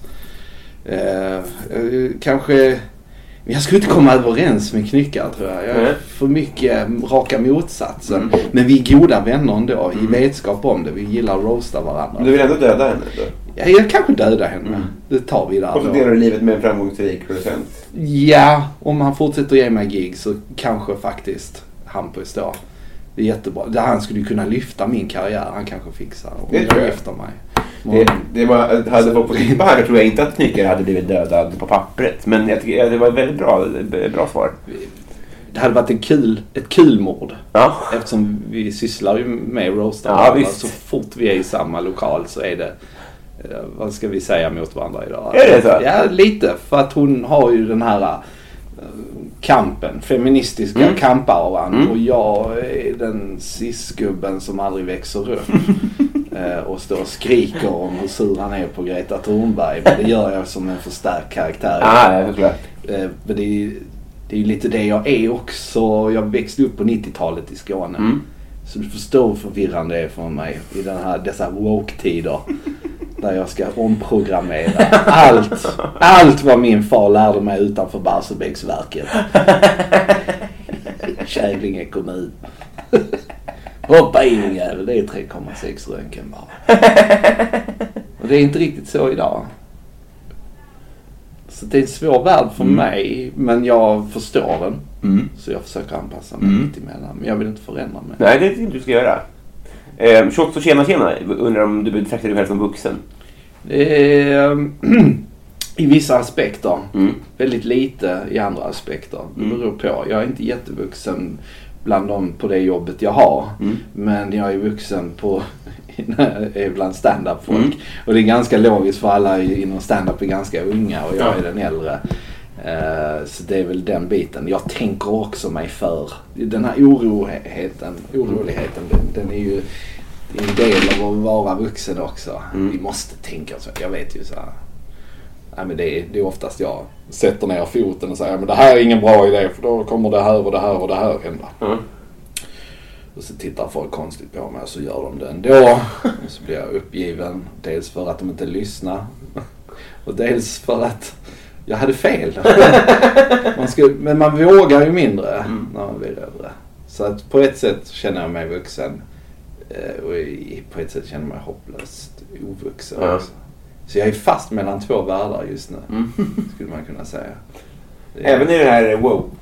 Kanske... Jag skulle inte komma överens med Knyckare, tror jag. Jag är för mycket raka motsatsen. Men vi är goda vänner ändå, i vetskap om det. Vi gillar att roasta varandra. Du vill ändå döda henne då? Ja, jag kanske döda henne. Det tar vi där. Och så delar du livet med en framgångsrik producent? Ja, om han fortsätter ge mig gig så kanske faktiskt Hampus då. Det är jättebra. Han skulle kunna lyfta min karriär. Han kanske fixar om jag lyfter mig. Hade varit på sitt barr tror jag inte att Knyckare hade blivit dödad på pappret. Men jag tycker det var ett väldigt bra svar. Det hade varit ett kul mord. Ja. Eftersom vi sysslar ju med roastar. Ja, så fort vi är i samma lokal så är det... Vad ska vi säga mot varandra idag? Är det så? Ja, lite. För att hon har ju den här... kampen, feministiska kamparan och jag är den cisgubben som aldrig växer upp och står och skriker om hur sur han är på Greta Thunberg, men det gör jag som en förstärkt karaktär. Ja, det är klart. Men det är ju lite det jag är också. Jag växte upp på 90-talet i Skåne. Så du förstår hur förvirrande det är för mig i dessa woke-tider. Där jag ska omprogrammera allt vad min far lärde mig utanför Barsebäcksverket. Kävlinge kommun. Hoppa in en jävel, det är 3,6 röntgen bara. Och det är inte riktigt så idag. Så det är en svår värld för mig, men jag förstår den. Så jag försöker anpassa mig lite emellan. Men jag vill inte förändra mig. Nej, det är inte du ska göra. Shots och tjena. Undrar om du betraktar dig själv som vuxen? I vissa aspekter. Väldigt lite i andra aspekter. Det beror på. Jag är inte jättevuxen bland dem på det jobbet jag har. Men jag är vuxen bland stand-up folk. Och det är ganska logiskt för alla inom stand-up är ganska unga och jag är den äldre. Så det är väl den biten. Jag tänker också mig för. Den här oroligheten, den är ju en del av att vara vuxen också. Vi måste tänka så. Jag vet ju så här. Nej, men det är oftast jag sätter ner foten och säger men det här är ingen bra idé för då kommer det här och det här och det här hända. Och så tittar folk konstigt på mig och så gör de det ändå. Och så blir jag uppgiven. Dels för att de inte lyssnar. Och dels för att jag hade fel. Men man vågar ju mindre när man blir äldre. Så att på ett sätt känner jag mig vuxen. Och på ett sätt känner jag mig hopplöst ovuxen också. Så jag är fast mellan två världar just nu. Skulle man kunna säga. Även i det här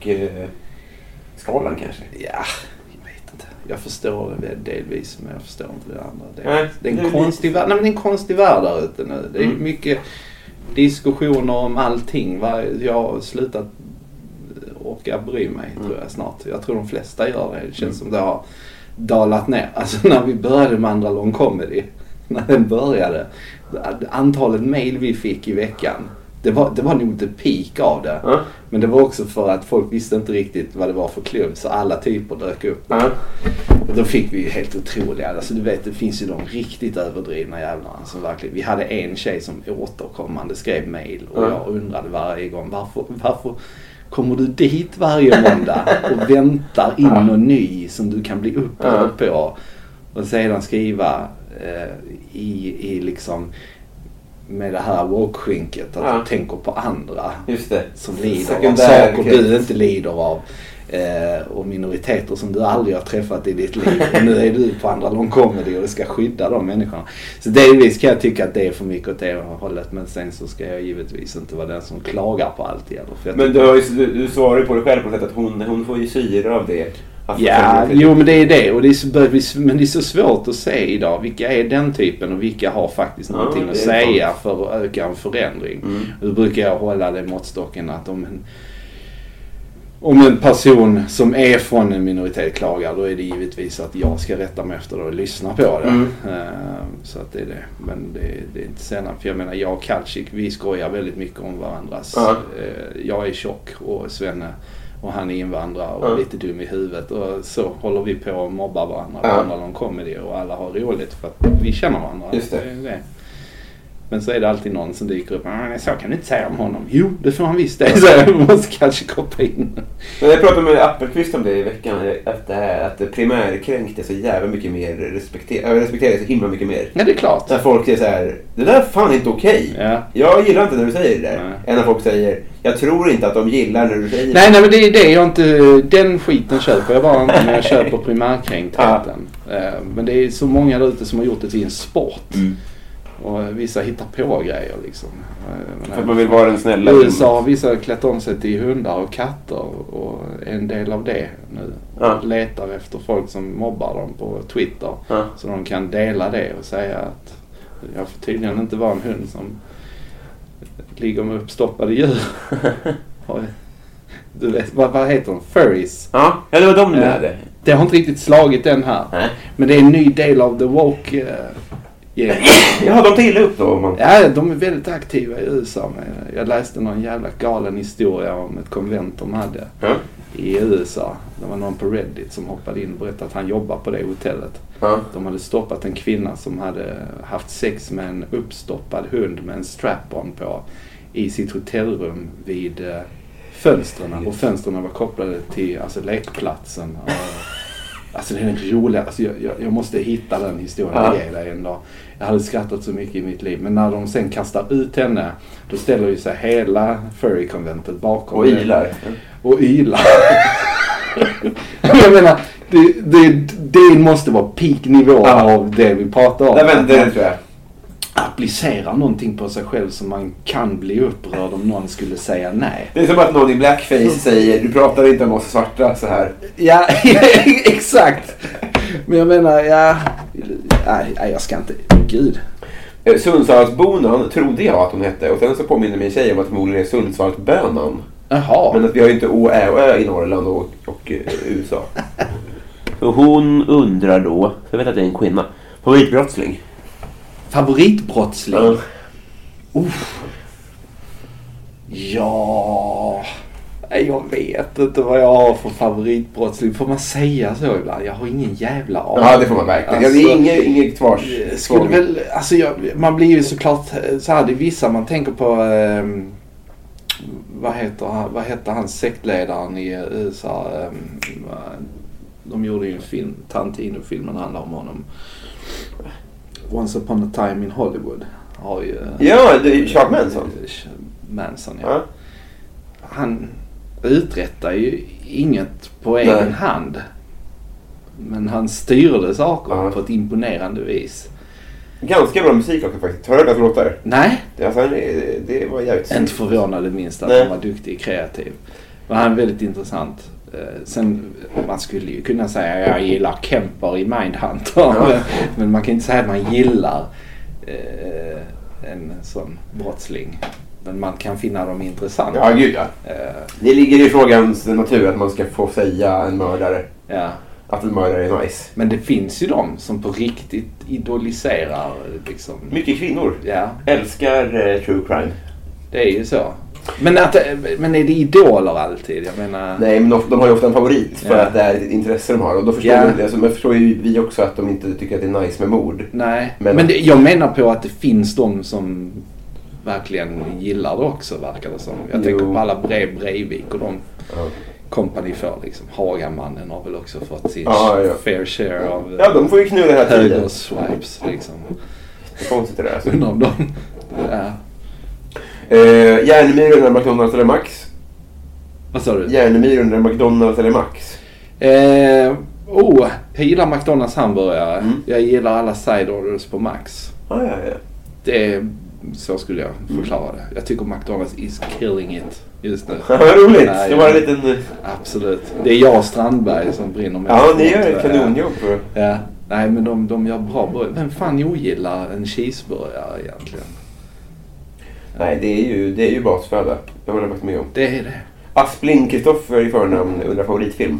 woke-skalan kanske? Ja, jag vet inte. Jag förstår det delvis, men jag förstår inte det andra. Det är en konstig värld. Nej, men det är en konstig värld där ute nu. Det är mycket diskussioner om allting. Jag har slutat orka bry mig, tror jag snart. Jag tror de flesta gör det. Det känns som det har dalat ner. Alltså när vi började med andra lång comedy, när den började, antalet mejl vi fick i veckan, det var nog inte peak av det. Men det var också för att folk visste inte riktigt vad det var för klubb, så alla typer dök upp. Och då fick vi ju helt otroliga, alltså du vet, det finns ju de riktigt överdrivna jävlarna som verkligen, vi hade en tjej som återkommande skrev mejl och jag undrade varje gång, varför kommer du dit varje måndag och väntar in någon ny som du kan bli upprörd på och sedan skriva i liksom med det här woke-skynket att du tänker på andra som lider av saker du inte lider av och minoriteter som du aldrig har träffat i ditt liv och nu är du på andra lång comedy och du ska skydda de människorna. Så delvis kan jag tycka att det är för mycket åt det hållet, men sen så ska jag givetvis inte vara den som klagar på allt det. Men du svarar ju på det själv på sätt att hon får ju syre av det. Ja, jo men det är det och men det är så svårt att se idag vilka är den typen och vilka har faktiskt någonting att säga för att öka en förändring. Då brukar jag hålla det måttstocken att om en person som är från en minoritet klagar, då är det givetvis att jag ska rätta mig efter det och lyssna på det. Så att det är det. Men det är inte sällan. För jag menar, jag och Kalcik, vi skojar väldigt mycket om varandras. Jag är tjock och Svenne och han är invandrare och lite dum i huvudet. Och så håller vi på att mobba varandra på andra lång comedy och alla har roligt för att vi känner varandra. Just det. Men så är det alltid någon som dyker upp. Så kan du inte säga om honom. Jo, det får han visst. Det så jag måste kanske koppla in. Men jag pratade med Appelqvist om det i veckan. Att primärkränkt är så jävla mycket mer respekterar så himla mycket mer. Ja, det är klart. När folk säger så här: det där är fan inte okej. Ja. Jag gillar inte när du säger det där. Än när folk säger: jag tror inte att de gillar när du säger det. Nej, men det är det. Jag inte, den skiten köper jag bara inte när jag köper primärkränktheten. Men det är så många där ute som har gjort det till en sport. Och vissa hittar på grejer liksom. För att man vill vara den snälla. I USA har vissa klätt om sig till hundar och katter och en del av det nu. Letar efter folk som mobbar dem på Twitter. Så de kan dela det och säga att jag får tydligen inte vara en hund som ligger med uppstoppade djur. Du vet, vad heter de? Furries. Ja, det var de där. Det har inte riktigt slagit den här. Men det är en ny del av the woke. Ja, de till upp då. Ja, de är väldigt aktiva i USA. Jag läste någon jävla galen historia om ett konvent de hade i USA. Det var någon på Reddit som hoppade in och berättade att han jobbar på det hotellet. De hade stoppat en kvinna som hade haft sex med en uppstoppad hund med en strap-on på i sitt hotellrum vid fönstren. Och fönstren var kopplade till alltså, lekplatsen. Alltså det är en rolig, alltså jag måste hitta den historien och ge dig en dag. Jag hade skrattat så mycket i mitt liv. Men när de sen kastar ut henne, då ställer ju sig hela furry-konventet bakom. Och ylar. Och ylar. Jag menar, det måste vara peak-nivå av det vi pratar om. Det tror jag. Applicera någonting på sig själv som man kan bli upprörd om någon skulle säga nej. Det är som att någon i blackface säger, du pratar inte om oss svarta så här. Ja, exakt. Men jag menar, nej, jag ska inte. Gud. Sundsvallsbonan trodde jag att hon hette. Och sen så påminner min tjej om att förmodligen är Sundsvallsbönan. Jaha. Men att vi har ju inte Å, Ä och Ö i Norrland och USA. Så hon undrar då, jag vet att det är en kvinna, favoritbrottsling. Favoritbrottsling? Ja, jag vet inte vad jag har för favoritbrottsling. Får man säga så ibland? Jag har ingen jävla aning. Ja, det får man verkligen. Alltså, det är inget tvars. Skulle väl, alltså man blir ju såklart så här, det är vissa man tänker på. Vad heter han sektledaren i USA? De gjorde ju en film, Tarantino-filmen handlar om honom. Once upon a time in Hollywood har ju... Ja, det är Charles Manson. Manson, ja. Han uträttar ju inget på egen hand. Men han styrde saker på ett imponerande vis. Ganska bra musik också faktiskt. Hör du att låtar? Nej. Det var jävligt. Inte förvånade minst att han var duktig och kreativ. Men han är väldigt intressant. Sen, man skulle ju kunna säga att jag gillar Kemper i Mindhunter. Men man kan inte säga att man gillar en sån brottsling. Men man kan finna dem intressanta. Ja, gud ja. Det ligger i frågans natur att man ska få säga en mördare. Ja. Att en mördare är nice. Men det finns ju de som på riktigt idoliserar liksom. Mycket kvinnor. Ja. Älskar true crime. Det är ju så. Men är det idoler alltid? Jag menar... Nej, men de har ju ofta en favorit för att det är ett intresse de har. Och då förstår ju vi också att de inte tycker att det är nice med mord. Nej, men jag menar på att det finns de som verkligen gillar det också, verkar det som. Jag tänker på alla Breivik och de kompani för liksom. Hagamannen har väl också fått sin fair share av de får ju knulla här tiden. Högerswipes liksom. Det är konstigt det där. Alltså. Undrar om de... Ja. Järnemyr under McDonalds eller Max? Vad sa du? Järnemyr under McDonalds eller Max? Jag gillar McDonalds hamburgare. Jag gillar alla side orders på Max. Ja. Så skulle jag förklara det. Jag tycker McDonalds is killing it just nu. Vad roligt. Det var en liten... Absolut. Det är jag och Strandberg som brinner med. Ja, ni gör ett kanonjobb. Ja. Nej, men de gör bra burgare. Vem fan ogillar en cheeseburgare egentligen? Nej, det är ju basföda. Jag håller faktiskt med om. Det är det. Aspling Kristoffer i förnamn under favoritfilm.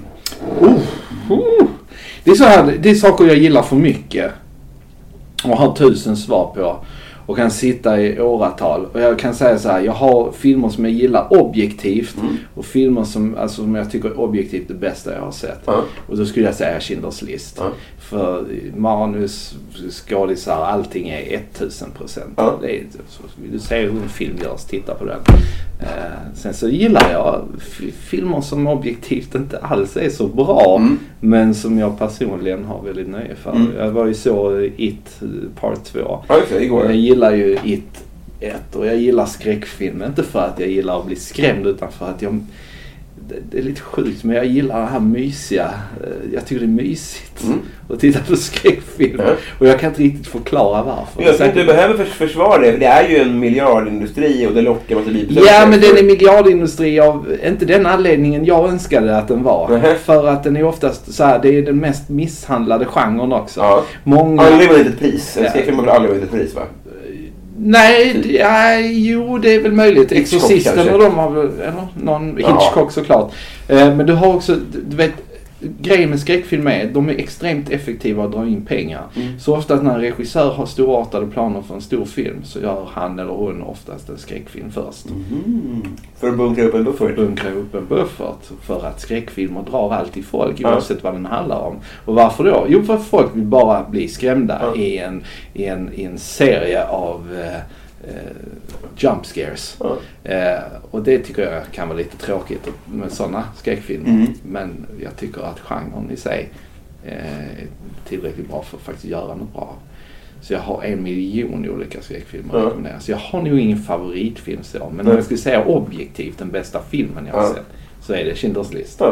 Det är så här, det är saker jag gillar för mycket. Och har 1000 svar på. Och kan sitta i åratal. Och jag kan säga så här, jag har filmer som jag gillar objektivt. Och filmer som jag tycker är objektivt det bästa jag har sett. Och då skulle jag säga Schindler's List. För manus, skådisar, allting är 1000%. Det är, du ser hur en film görs, titta på den. Sen så gillar jag filmer som objektivt inte alls är så bra. Men som jag personligen har väldigt nöje för. Jag var ju så It Part 2. Jag gillar ju It 1 och jag gillar skräckfilm. Inte för att jag gillar att bli skrämd utan för att det är lite sjukt, men jag gillar det här mysiga. Jag tycker det är mysigt att titta på skräckfilm. Och jag kan inte riktigt förklara varför. Jag tror inte du behöver försvara det, för det är ju en miljardindustri och det lockar man till bibeln. Ja, men den är miljardindustri av inte den anledningen jag önskade att den var. För att den är oftast så här, det är den mest misshandlade genren också. Aldrig vunnit ett pris. En skräckfilm har väl aldrig vunnit ett pris, va? Nej, det är väl möjligt. Exorcisten och de har väl, eller någon Hitchcock såklart. Men du har också, du vet, grejen med skräckfilm är de är extremt effektiva att dra in pengar. Så oftast när en regissör har storartade planer för en stor film så gör han eller hon oftast en skräckfilm först. För att bunkra upp en buffert. För att skräckfilmer drar alltid folk oavsett vad den handlar om. Och varför då? Jo, för att folk vill bara bli skrämda i en serie av jump scares. Och det tycker jag kan vara lite tråkigt med sådana skräckfilmer. Men jag tycker att genren i sig är tillräckligt bra för att faktiskt göra något bra. Så jag har 1 miljon olika skräckfilmer att rekommendera. Så jag har nog ingen favoritfilm så. Men om jag skulle säga objektivt den bästa filmen jag har sett, så är det Schindler's List.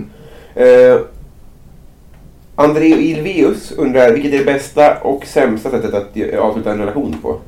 André Ilveus undrar, vilket är det bästa och sämsta sättet att avsluta en relation på?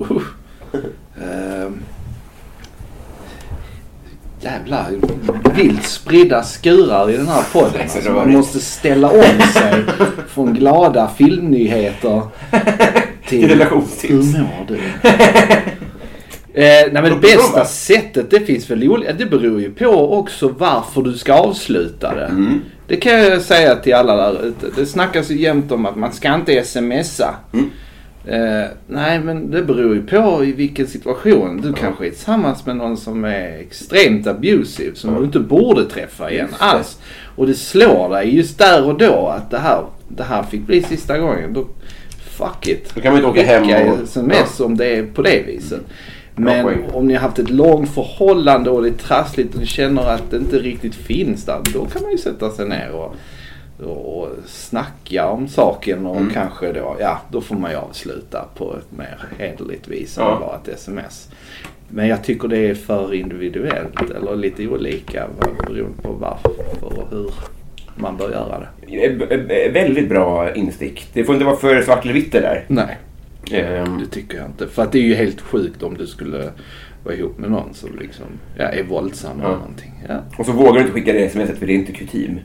Jävlar, vilt spridda skurar i den här podden. Alltså, man måste ställa om sig från glada filmnyheter till relationstips. Hur mår du? Nej, men det bästa sättet, det finns väl olika. Det beror ju på också varför du ska avsluta det. Det kan jag säga till alla där ute. Det snackas ju jämt om att man ska inte smsa. Nej, men det beror ju på i vilken situation. Du kanske är tillsammans med någon som är extremt abusive, som du inte borde träffa igen alls. Och det slår dig just där och då att det här fick bli sista gången. Då, fuck it. Då kan man inte åka hem och sms om det är på det viset. Men om ni har haft ett långt förhållande och det är trassligt och ni känner att det inte riktigt finns där, då kan man ju sätta sig ner och snacka om saken och kanske då får man ju avsluta på ett mer hederligt vis än bara ett sms. Men jag tycker det är för individuellt eller lite olika beroende på varför och hur man bör göra det. Väldigt bra instick. Det får inte vara för svart eller vitt det där. Nej. Det tycker jag inte. För att det är ju helt sjukt om du skulle vara ihop med någon som liksom är våldsam eller någonting. Ja. Och så vågar du inte skicka det smset för det är inte kutym.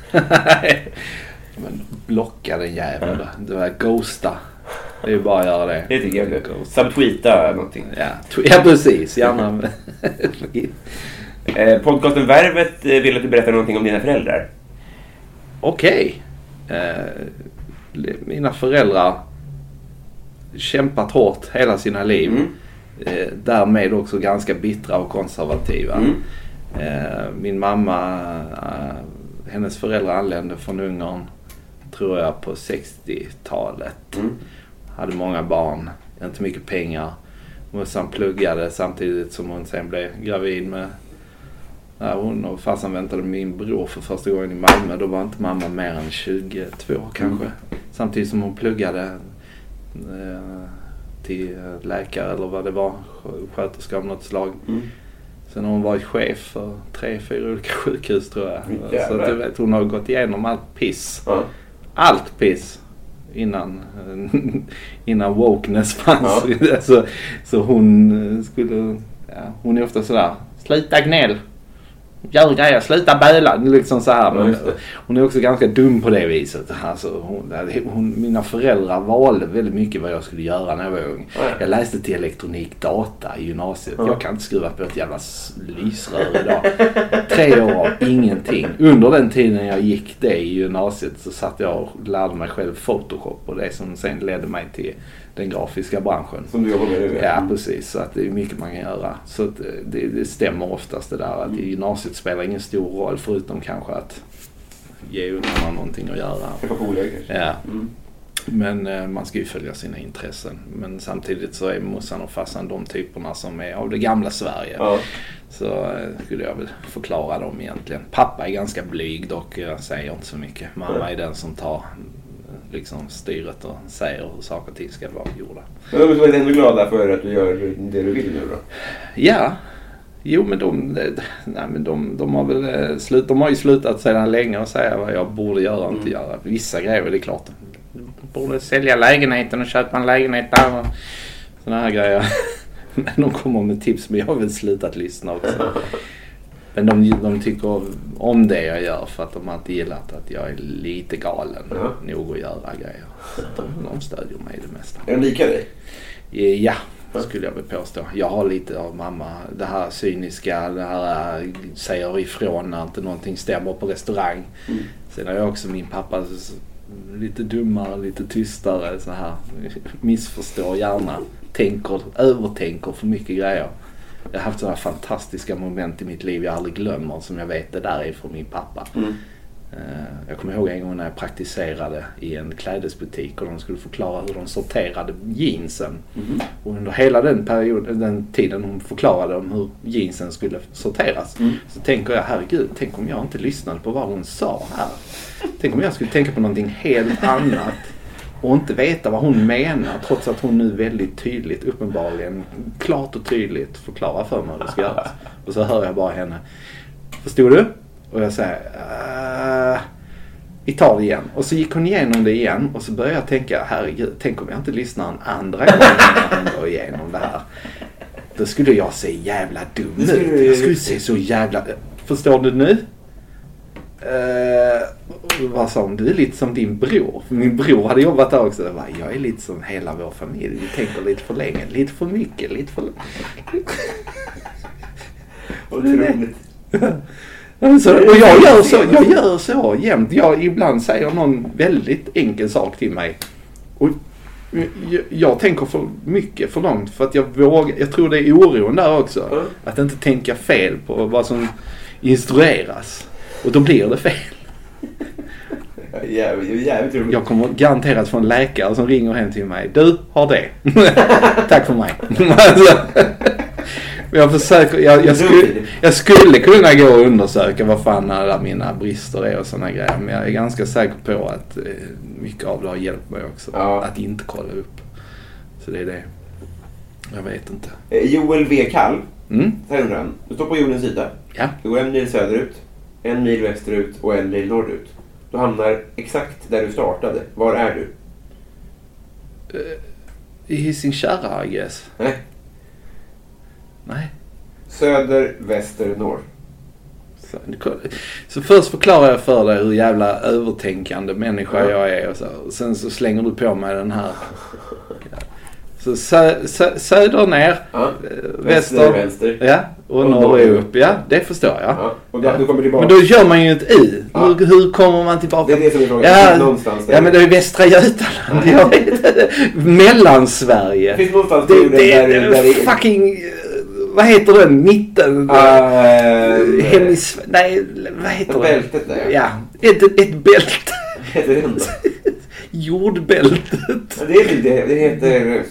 Men blocka den jäveln då. Det var ghosta. Det är ju bara att göra det. Det tycker jag. Subtweeta någonting. Ja, precis. Gärna. Podcasten Värvet vill att du berättar någonting om dina föräldrar. Okej. Mina föräldrar kämpat hårt hela sina liv. Därmed också ganska bittra och konservativa. Min mamma, hennes föräldrar anlände från Ungern, tror jag, på 60-talet. Hade många barn, inte mycket pengar. Morsan pluggade samtidigt som hon sen blev gravid med hon och farsan väntade min bror för första gången i Malmö. Då var inte mamma mer än 22 kanske. Samtidigt som hon pluggade till läkare eller vad det var, sköterska av något slag. Sen har hon varit chef för 3-4 olika sjukhus, tror jag. Så att du vet, hon har gått igenom allt piss. Allt piss innan wokeness fanns. Så hon skulle, hon är ofta sådär, sluta gnäll, gör grejer, sluta böla, liksom så här. Men hon är också ganska dum på det viset. Alltså, mina föräldrar valde väldigt mycket vad jag skulle göra när jag var ung. Jag läste till elektronik data i gymnasiet. Jag kan inte skruva på ett jävla lysrör idag. 3 år, ingenting. Under den tiden jag gick det i gymnasiet så satt jag och lärde mig själv Photoshop, och det som sen ledde mig till den grafiska branschen. Som du jobbar med nu? Ja, precis. Så att det är mycket man kan göra. Så att det stämmer oftast det där att i gymnasiet spelar ingen stor roll förutom kanske att ge ungarna någonting att göra. Men man ska ju följa sina intressen. Men samtidigt så är morsan och farsan de typerna som är av det gamla Sverige. Så skulle jag väl förklara dem egentligen. Pappa är ganska blyg och jag säger inte så mycket. Mamma är den som tar liksom styret och säger hur saker och ting ska vara gjorda. Men de är ändå glada för att du gör det du vill nu då? Ja. Jo, men de har väl de har ju slutat sedan länge och säga vad jag borde göra och inte göra. Vissa grejer är det klart. Du borde sälja lägenheten och köpa en lägenhet där och såna här grejer. Men de kommer med tips, men jag har väl slutat lyssna också. Men de tycker om det jag gör för att de har inte gillat att jag är lite galen nog att göra grejer. Så de stödjer mig i det mesta. Är de lika dig? Ja, skulle jag väl påstå. Jag har lite av mamma. Det här cyniska, det här säger ifrån när inte någonting stämmer på restaurang. Sen har jag också min pappa lite dummare, lite tystare så här. Missförstår gärna. Övertänker för mycket grejer. Jag har haft sådana fantastiska moment i mitt liv jag aldrig glömmer, som jag vet det där är från min pappa. Jag kommer ihåg en gång när jag praktiserade i en klädesbutik och de skulle förklara hur de sorterade jeansen. Och under hela den tiden hon förklarade om hur jeansen skulle sorteras, så tänker jag, herregud, tänk om jag inte lyssnade på vad hon sa här. Tänk om jag skulle tänka på någonting helt annat och inte veta vad hon menar, trots att hon nu väldigt tydligt, uppenbarligen, klart och tydligt förklarar för mig hur det ska göras. Och så hör jag bara henne, förstod du? Och jag säger, vi tar det igen. Och så gick hon igenom det igen. Och så började jag tänka, herregud, tänk om jag inte lyssnar en andra gång när hon går igenom det här. Då skulle jag se jävla dum ut. Jag skulle se så jävla... Förstår du nu? Vad sa hon? Du är lite som din bror. Min bror hade jobbat där också. Jag är lite som hela vår familj. Vi tänker lite för länge. Lite för mycket. Lite för... Otroligt. Så, och jag gör så jämt. Ibland säger någon väldigt enkel sak till mig. Och jag tänker för mycket för långt. För att jag tror det är oron där också. Att inte tänka fel på vad som instrueras. Och då blir det fel. Jävligt roligt. Jag kommer garanterat få en läkare som ringer hem till mig. Du har det. Tack för mig. Jag försöker, jag skulle kunna gå och undersöka vad fan alla mina brister är och såna grejer. Men jag är ganska säker på att mycket av det har hjälpt mig också. Ja. Att inte kolla upp. Så det är det. Jag vet inte. Joel V. Kall. Här undrar han. Du står på jordens sida. Ja. Du går 1 mil söderut, 1 mil västerut och 1 mil norrut. Du hamnar exakt där du startade. Var är du? I Hisingskärra, I guess. Nej. Söder, väster, norr. Så först förklarar jag för dig hur jävla övertänkande människa jag är. Och sen så slänger du på mig den här. Så söder ner, vänster. Ja, och norr upp. Ja, det förstår jag. Ja, och då, du kommer tillbaka. Men då gör man ju ett i. Ja. Hur kommer man tillbaka? Det är det som är frågan. Någonstans där. Ja, men det är Västra Götaland. Jag vet inte. Mellansverige. Det finns någonstans det är fucking... Vad heter den? Mitten? Nej, vad heter det? Bältet där. Ja, ett bälte. Heter det ändå? Jordbältet. Ja, det är inte det. heter...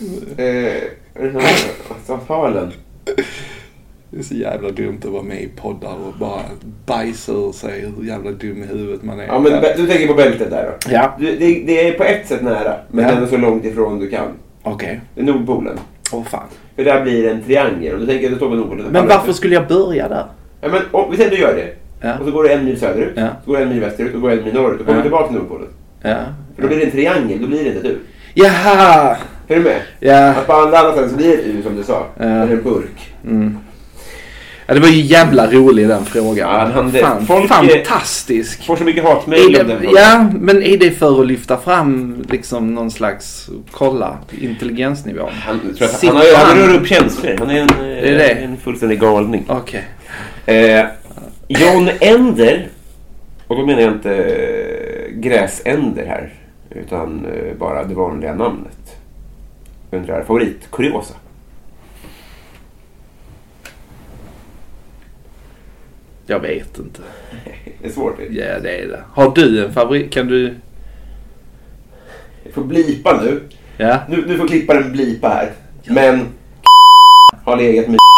Halen. Det är så jävla dumt att vara med i poddar och bara bajsa ur sig hur jävla dum i huvudet man är. Ja, men du tänker på bältet där då? Ja. Det är på ett sätt nära, men ändå så långt ifrån du kan. Okej. Det är Nordpolen. Fan. För där blir en triangel och du tänker att du står på Nordpolen. Men varför skulle jag börja där? Ja, men vi säger att du gör det. Ja. Och så går du 1 mil söderut, så går du 1 mil västerut och går 1 mil norrut. Då kommer du tillbaka till Nordpolen. Ja. För då blir det en triangel, då blir det inte du. Jaha! Är du med? Ja. Att på andra ställen så blir det ett U som du sa. Eller en burk. Ja, det var ju jävla rolig den frågan. Ja, fantastisk. Får så mycket hatmejl om den frågan. Ja, men är det för att lyfta fram liksom någon slags intelligensnivå? Han rör upp känslor. Han är en fullständig galning. Okej. John Ender, och då menar jag inte gräsänder här, utan bara det vanliga namnet. Undrar favorit kuriosa. Jag vet inte. Det är svårt. Ja, det är det. Har du en favorit? Kan du... Jag får blipa nu. Ja. Nu får klipparen blipa här. Ja. Men har legat med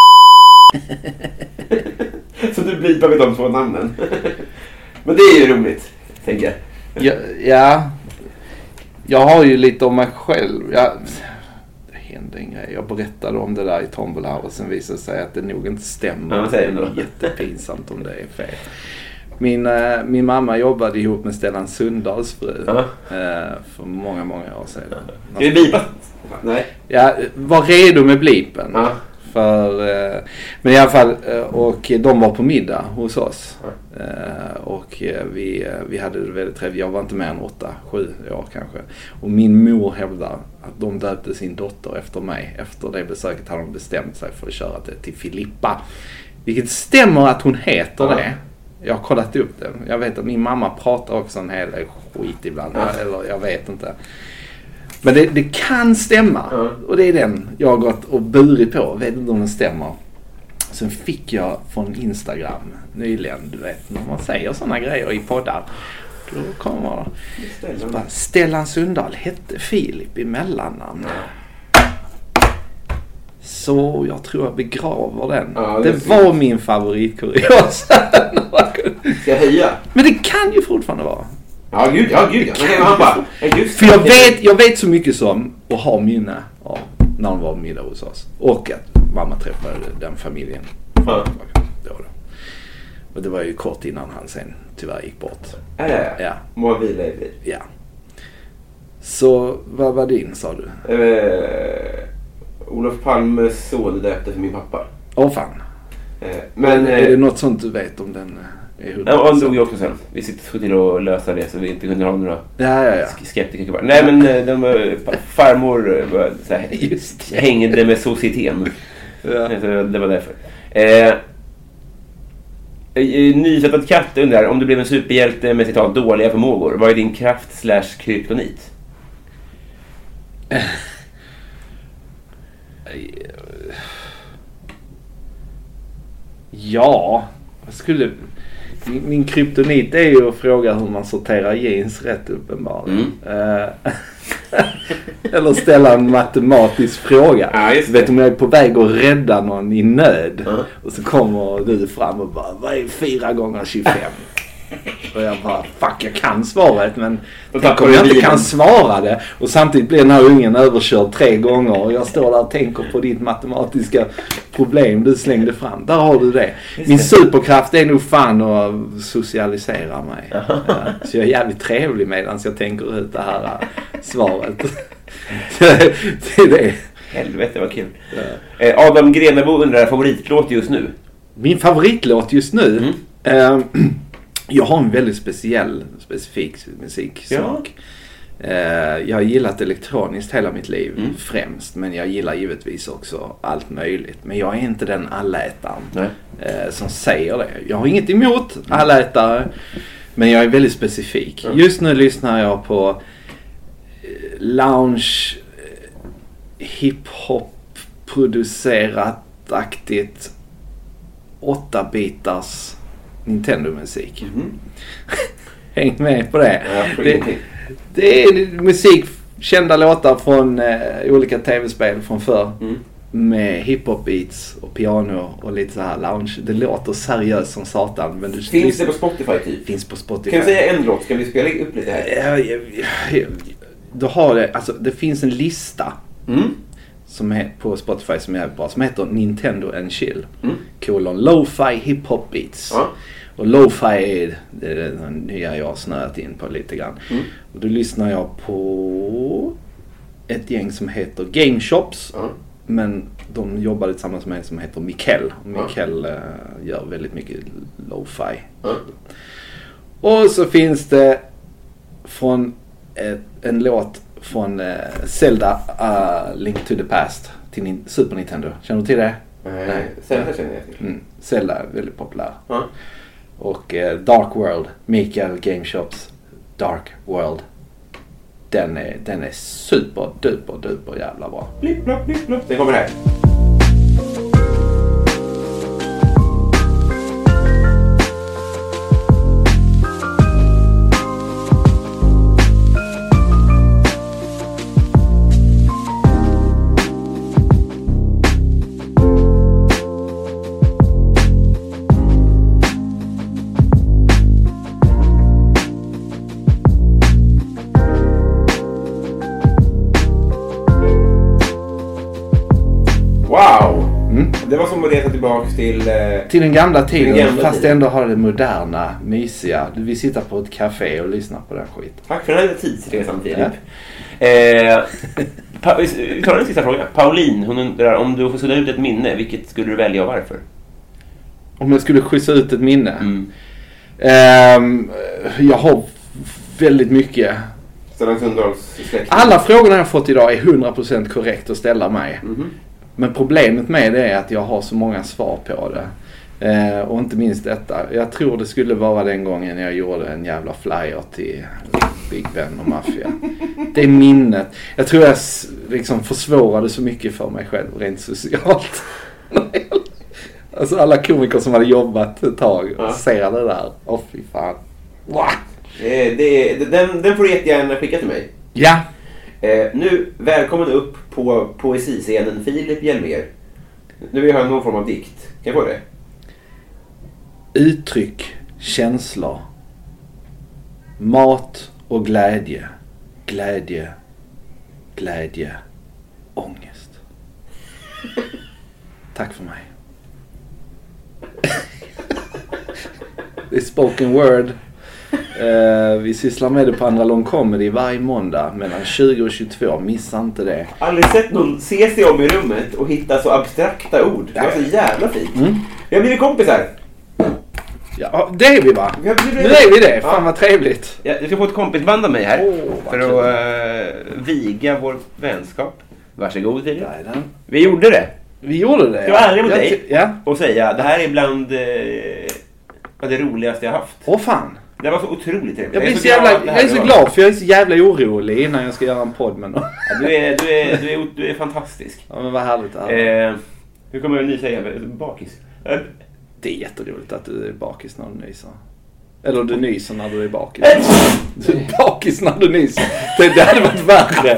så du blipar med de 2 namnen. Men det är ju roligt, tänker jag. Ja. Jag har ju lite om mig själv. Det hände en grej. Jag berättade om det där i Tombola och sen visade sig att det nog inte stämmer. Ja, det är jättepinsamt om det är fel. Min mamma jobbade ihop med Stellan Sundahls fru för många år sedan. Ska vi blipa? Nej. Ja, var redo med blipen. Ja. Men i alla fall, och de var på middag hos oss. Och vi hade det väldigt trevligt. Jag var inte mer än 8-7 år kanske. Och min mor hävdar att de döpte sin dotter efter mig. Efter det besöket hade de bestämt sig för att köra det till Filippa. Vilket stämmer att hon heter det. Jag har kollat upp det. Jag vet att min mamma pratar också en hel del skit ibland. Eller jag vet inte. Men det kan stämma. Och det är den jag har gått och burit på. Vet inte om den stämmer. Sen fick jag från Instagram nyligen, du vet, när man säger sådana grejer i poddar. Då kommer Stellan Sundahl hette Filip i mellannamn. Så jag tror jag begraver den. Ja, det var min favoritkurios. Ska jag höja? Men det kan ju fortfarande vara. Ja, gud. Han bara, för jag vet så mycket som att ha minne av när hon var middag hos oss. Och att mamma träffade den familjen. Ja. Och det var ju kort innan han sen tyvärr gick bort. Ja. Må vila i frid. Ja. Så vad var din, sa du? Olof Palmes son döpte för min pappa. Åh fan. Men är det något sånt du vet om den är 100%? Ja, han dog ju också sen. Vi sitter till att lösa det så vi inte kunde ha några skeptiker kvar. Nej, men farmor var så här, hängde med societeten. Ja. Det var därför. Nyfödd katt undrar om du blev en superhjälte med citat dåliga förmågor. Vad är din kraft / kryptonit? Ja, min kryptonit är ju att fråga hur man sorterar jeans rätt uppenbarligen. Eller ställa en matematisk fråga. Ja, vet om jag är på väg att rädda någon i nöd och så kommer du fram och bara, vad är 4 gånger 25? Och jag bara, fuck, jag kan svaret, men tänk om jag inte kan svara det. Och samtidigt blir den här ungen överkörd 3 gånger och jag står där och tänker på ditt matematiska problem du slängde fram. Där har du det. Min superkraft är nog fan att socialisera mig. Så jag är jävligt trevlig medan jag tänker ut det här svaret. Det är det. Helvete vad kul. Adam Grenebo undrar favoritlåt just nu. Min favoritlåt just nu? Jag har en väldigt specifik musiksmak. Ja. Jag har gillat elektroniskt hela mitt liv främst. Men jag gillar givetvis också allt möjligt. Men jag är inte den allätaren som säger det. Jag har inget emot allätare. Men jag är väldigt specifik. Just nu lyssnar jag på lounge hiphop producerat-aktigt 8-bitars Nintendo-musik. Häng med på det. Det är musik, kända låtar från olika tv-spel från förr. Med hiphop-beats och piano och lite så här lounge. Det låter seriöst som satan. Men finns det på Spotify typ? Finns på Spotify. Kan du säga en låt? Ska vi spela upp lite här? Då har det, alltså det finns en lista som är på Spotify som är bra, som heter Nintendo and Chill. Lo-fi hip-hop beats. Och lo-fi är det nya jag har snöat in på lite grann. Och då lyssnar jag på ett gäng som heter Game Shops. Men de jobbade tillsammans med en som heter Mikkel. Mikkel gör väldigt mycket lo-fi. Och så finns det från en låt från Zelda Link to the Past till Super Nintendo. Känner du till det? Nej. Zelda känner jag till. Zelda är väldigt populär. Och Dark World, Mikael Game Shops Dark World. Den är super duper jävla bra. Blipp, blopp, blipp, blopp. Den kommer här. Det var som att resa tillbaka till den gamla tiden, fast ändå har det moderna, mysiga. Vi sitter på ett café och lyssnar på den skit. Tack för den här tidsresan, Filip. Vi tar en sista fråga. Pauline, hon undrar om du får sudda ut ett minne, vilket skulle du välja och varför? Om jag skulle skjuta ut ett minne? Jag har väldigt mycket. Alla frågorna jag fått idag är 100% korrekt att ställa mig. Men problemet med det är att jag har så många svar på det. Och inte minst detta. Jag tror det skulle vara den gången jag gjorde en jävla flyer till Big Ben och Mafia. Det är minnet. Jag tror jag liksom försvårade så mycket för mig själv rent socialt. Alltså alla komiker som hade jobbat ett tag ser det där. Åh fy fan. Den får du jättegärna skicka till mig. Ja. Nu, välkommen upp på poesiscenen Filip Hjelmér. Nu vill jag höra någon form av dikt. Kan jag få det? Uttryck, känslor. Mat och glädje. Glädje. Glädje. Ångest. Tack för mig. Det är spoken word. Vi sysslar med det på Andra Lång Comedy varje måndag mellan 20 och 22. Missa inte det. Aldrig sett någon se sig om i rummet och hitta så abstrakta ord. Det var så jävla fint. Vi har blivit kompisar. Ja, det är vi va? Nu är vi det. Fan vad trevligt. Jag ska få ett kompisband av mig här. För att viga vår vänskap. Varsågod Filip. Vi gjorde det. Jag var ärlig mot dig och säga det här är bland det roligaste jag haft. Åh fan. Det var så otroligt trevligt. Jag är så glad för jag är så jävla orolig innan jag ska göra en podd med någon. Du är fantastisk. Ja men vad härligt det här. Hur kommer ni säga? Bakis? Det är jätteroligt att du är bakis när du nyser. Eller du nyser när du är bakis. Du är bakis när du nyser. Det hade varit värre.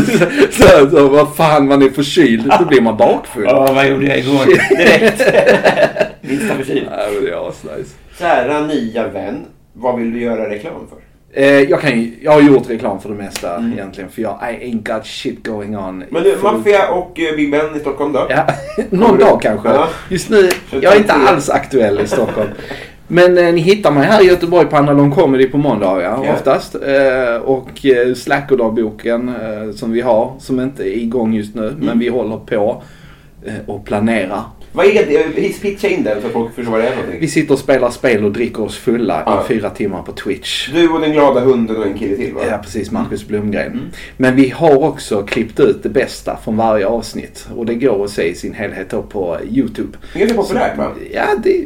Så vad fan, man är förkyld. Då blir man bakfull. Vad gjorde jag igår? Direkt. Minsta förkyld. Ja, det är asnice. Kära nya vän, vad vill du göra reklam för? Jag har gjort reklam för det mesta egentligen. För I ain't got shit going on. Men du, Mafia och Big Ben i Stockholm då? Ja, någon dag kanske. Ja. Just nu, jag är inte alls aktuell i Stockholm. Men ni hittar mig här i Göteborg på Andra Lång Comedy på måndagar oftast. Och Slacker-dagboken som vi har, som inte är igång just nu. Men vi håller på och planerar. Vad är det? Pitcha in den så folk förstår vad det är någonting. Vi sitter och spelar spel och dricker oss fulla i 4 timmar på Twitch. Du och den glada hunden och en kille till va? Ja precis, Marcus Blomgren. Men vi har också klippt ut det bästa från varje avsnitt. Och det går att se i sin helhet då på YouTube. Det är så populärt va? Ja,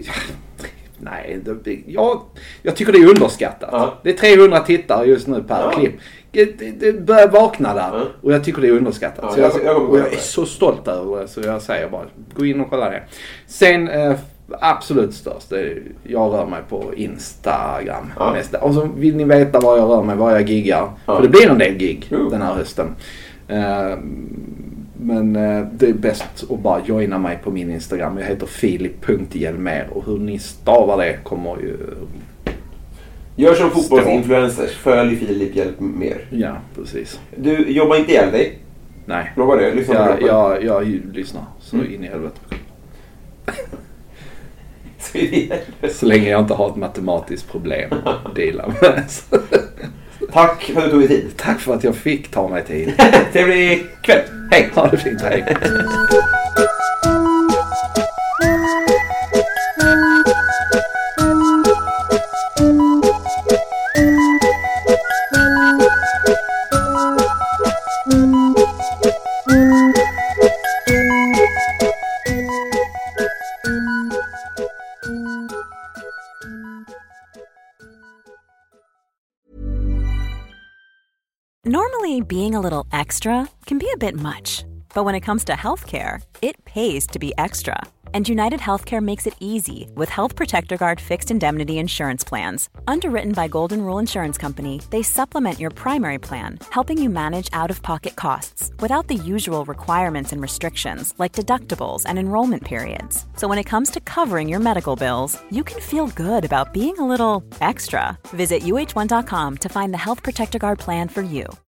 nej, jag tycker det är underskattat. Det är 300 tittare just nu per klipp. Det börjar vakna där. Och jag tycker det är underskattat. Så jag är så stolt över det. Så jag säger bara, gå in och kolla det. Sen absolut störst. Jag rör mig på Instagram. Mest. Och så vill ni veta var jag rör mig, var jag giggar. För det blir en del gig den här hösten. Men det är bäst att bara joina mig på min Instagram. Jag heter Filip.Hjelmér. Och hur ni stavar det kommer ju... Gör som fotbollsinfluencers. Följ Filip Hjelmér. Ja, precis. Du jobbar inte ihjäl dig? Nej. Lovar det? Jag lyssnar. Så in i helvete. Så länge jag inte har ett matematiskt problem att dela med. Tack för att du tog dig tid. Tack för att jag fick ta mig tid. Trevlig kväll. Hej. Ha det fint. Hej. Normally, being a little extra can be a bit much, but when it comes to healthcare, it pays to be extra. And United Healthcare makes it easy with Health Protector Guard fixed indemnity insurance plans. Underwritten by Golden Rule Insurance Company, they supplement your primary plan, helping you manage out-of-pocket costs without the usual requirements and restrictions like deductibles and enrollment periods. So when it comes to covering your medical bills, you can feel good about being a little extra. Visit uh1.com to find the Health Protector Guard plan for you.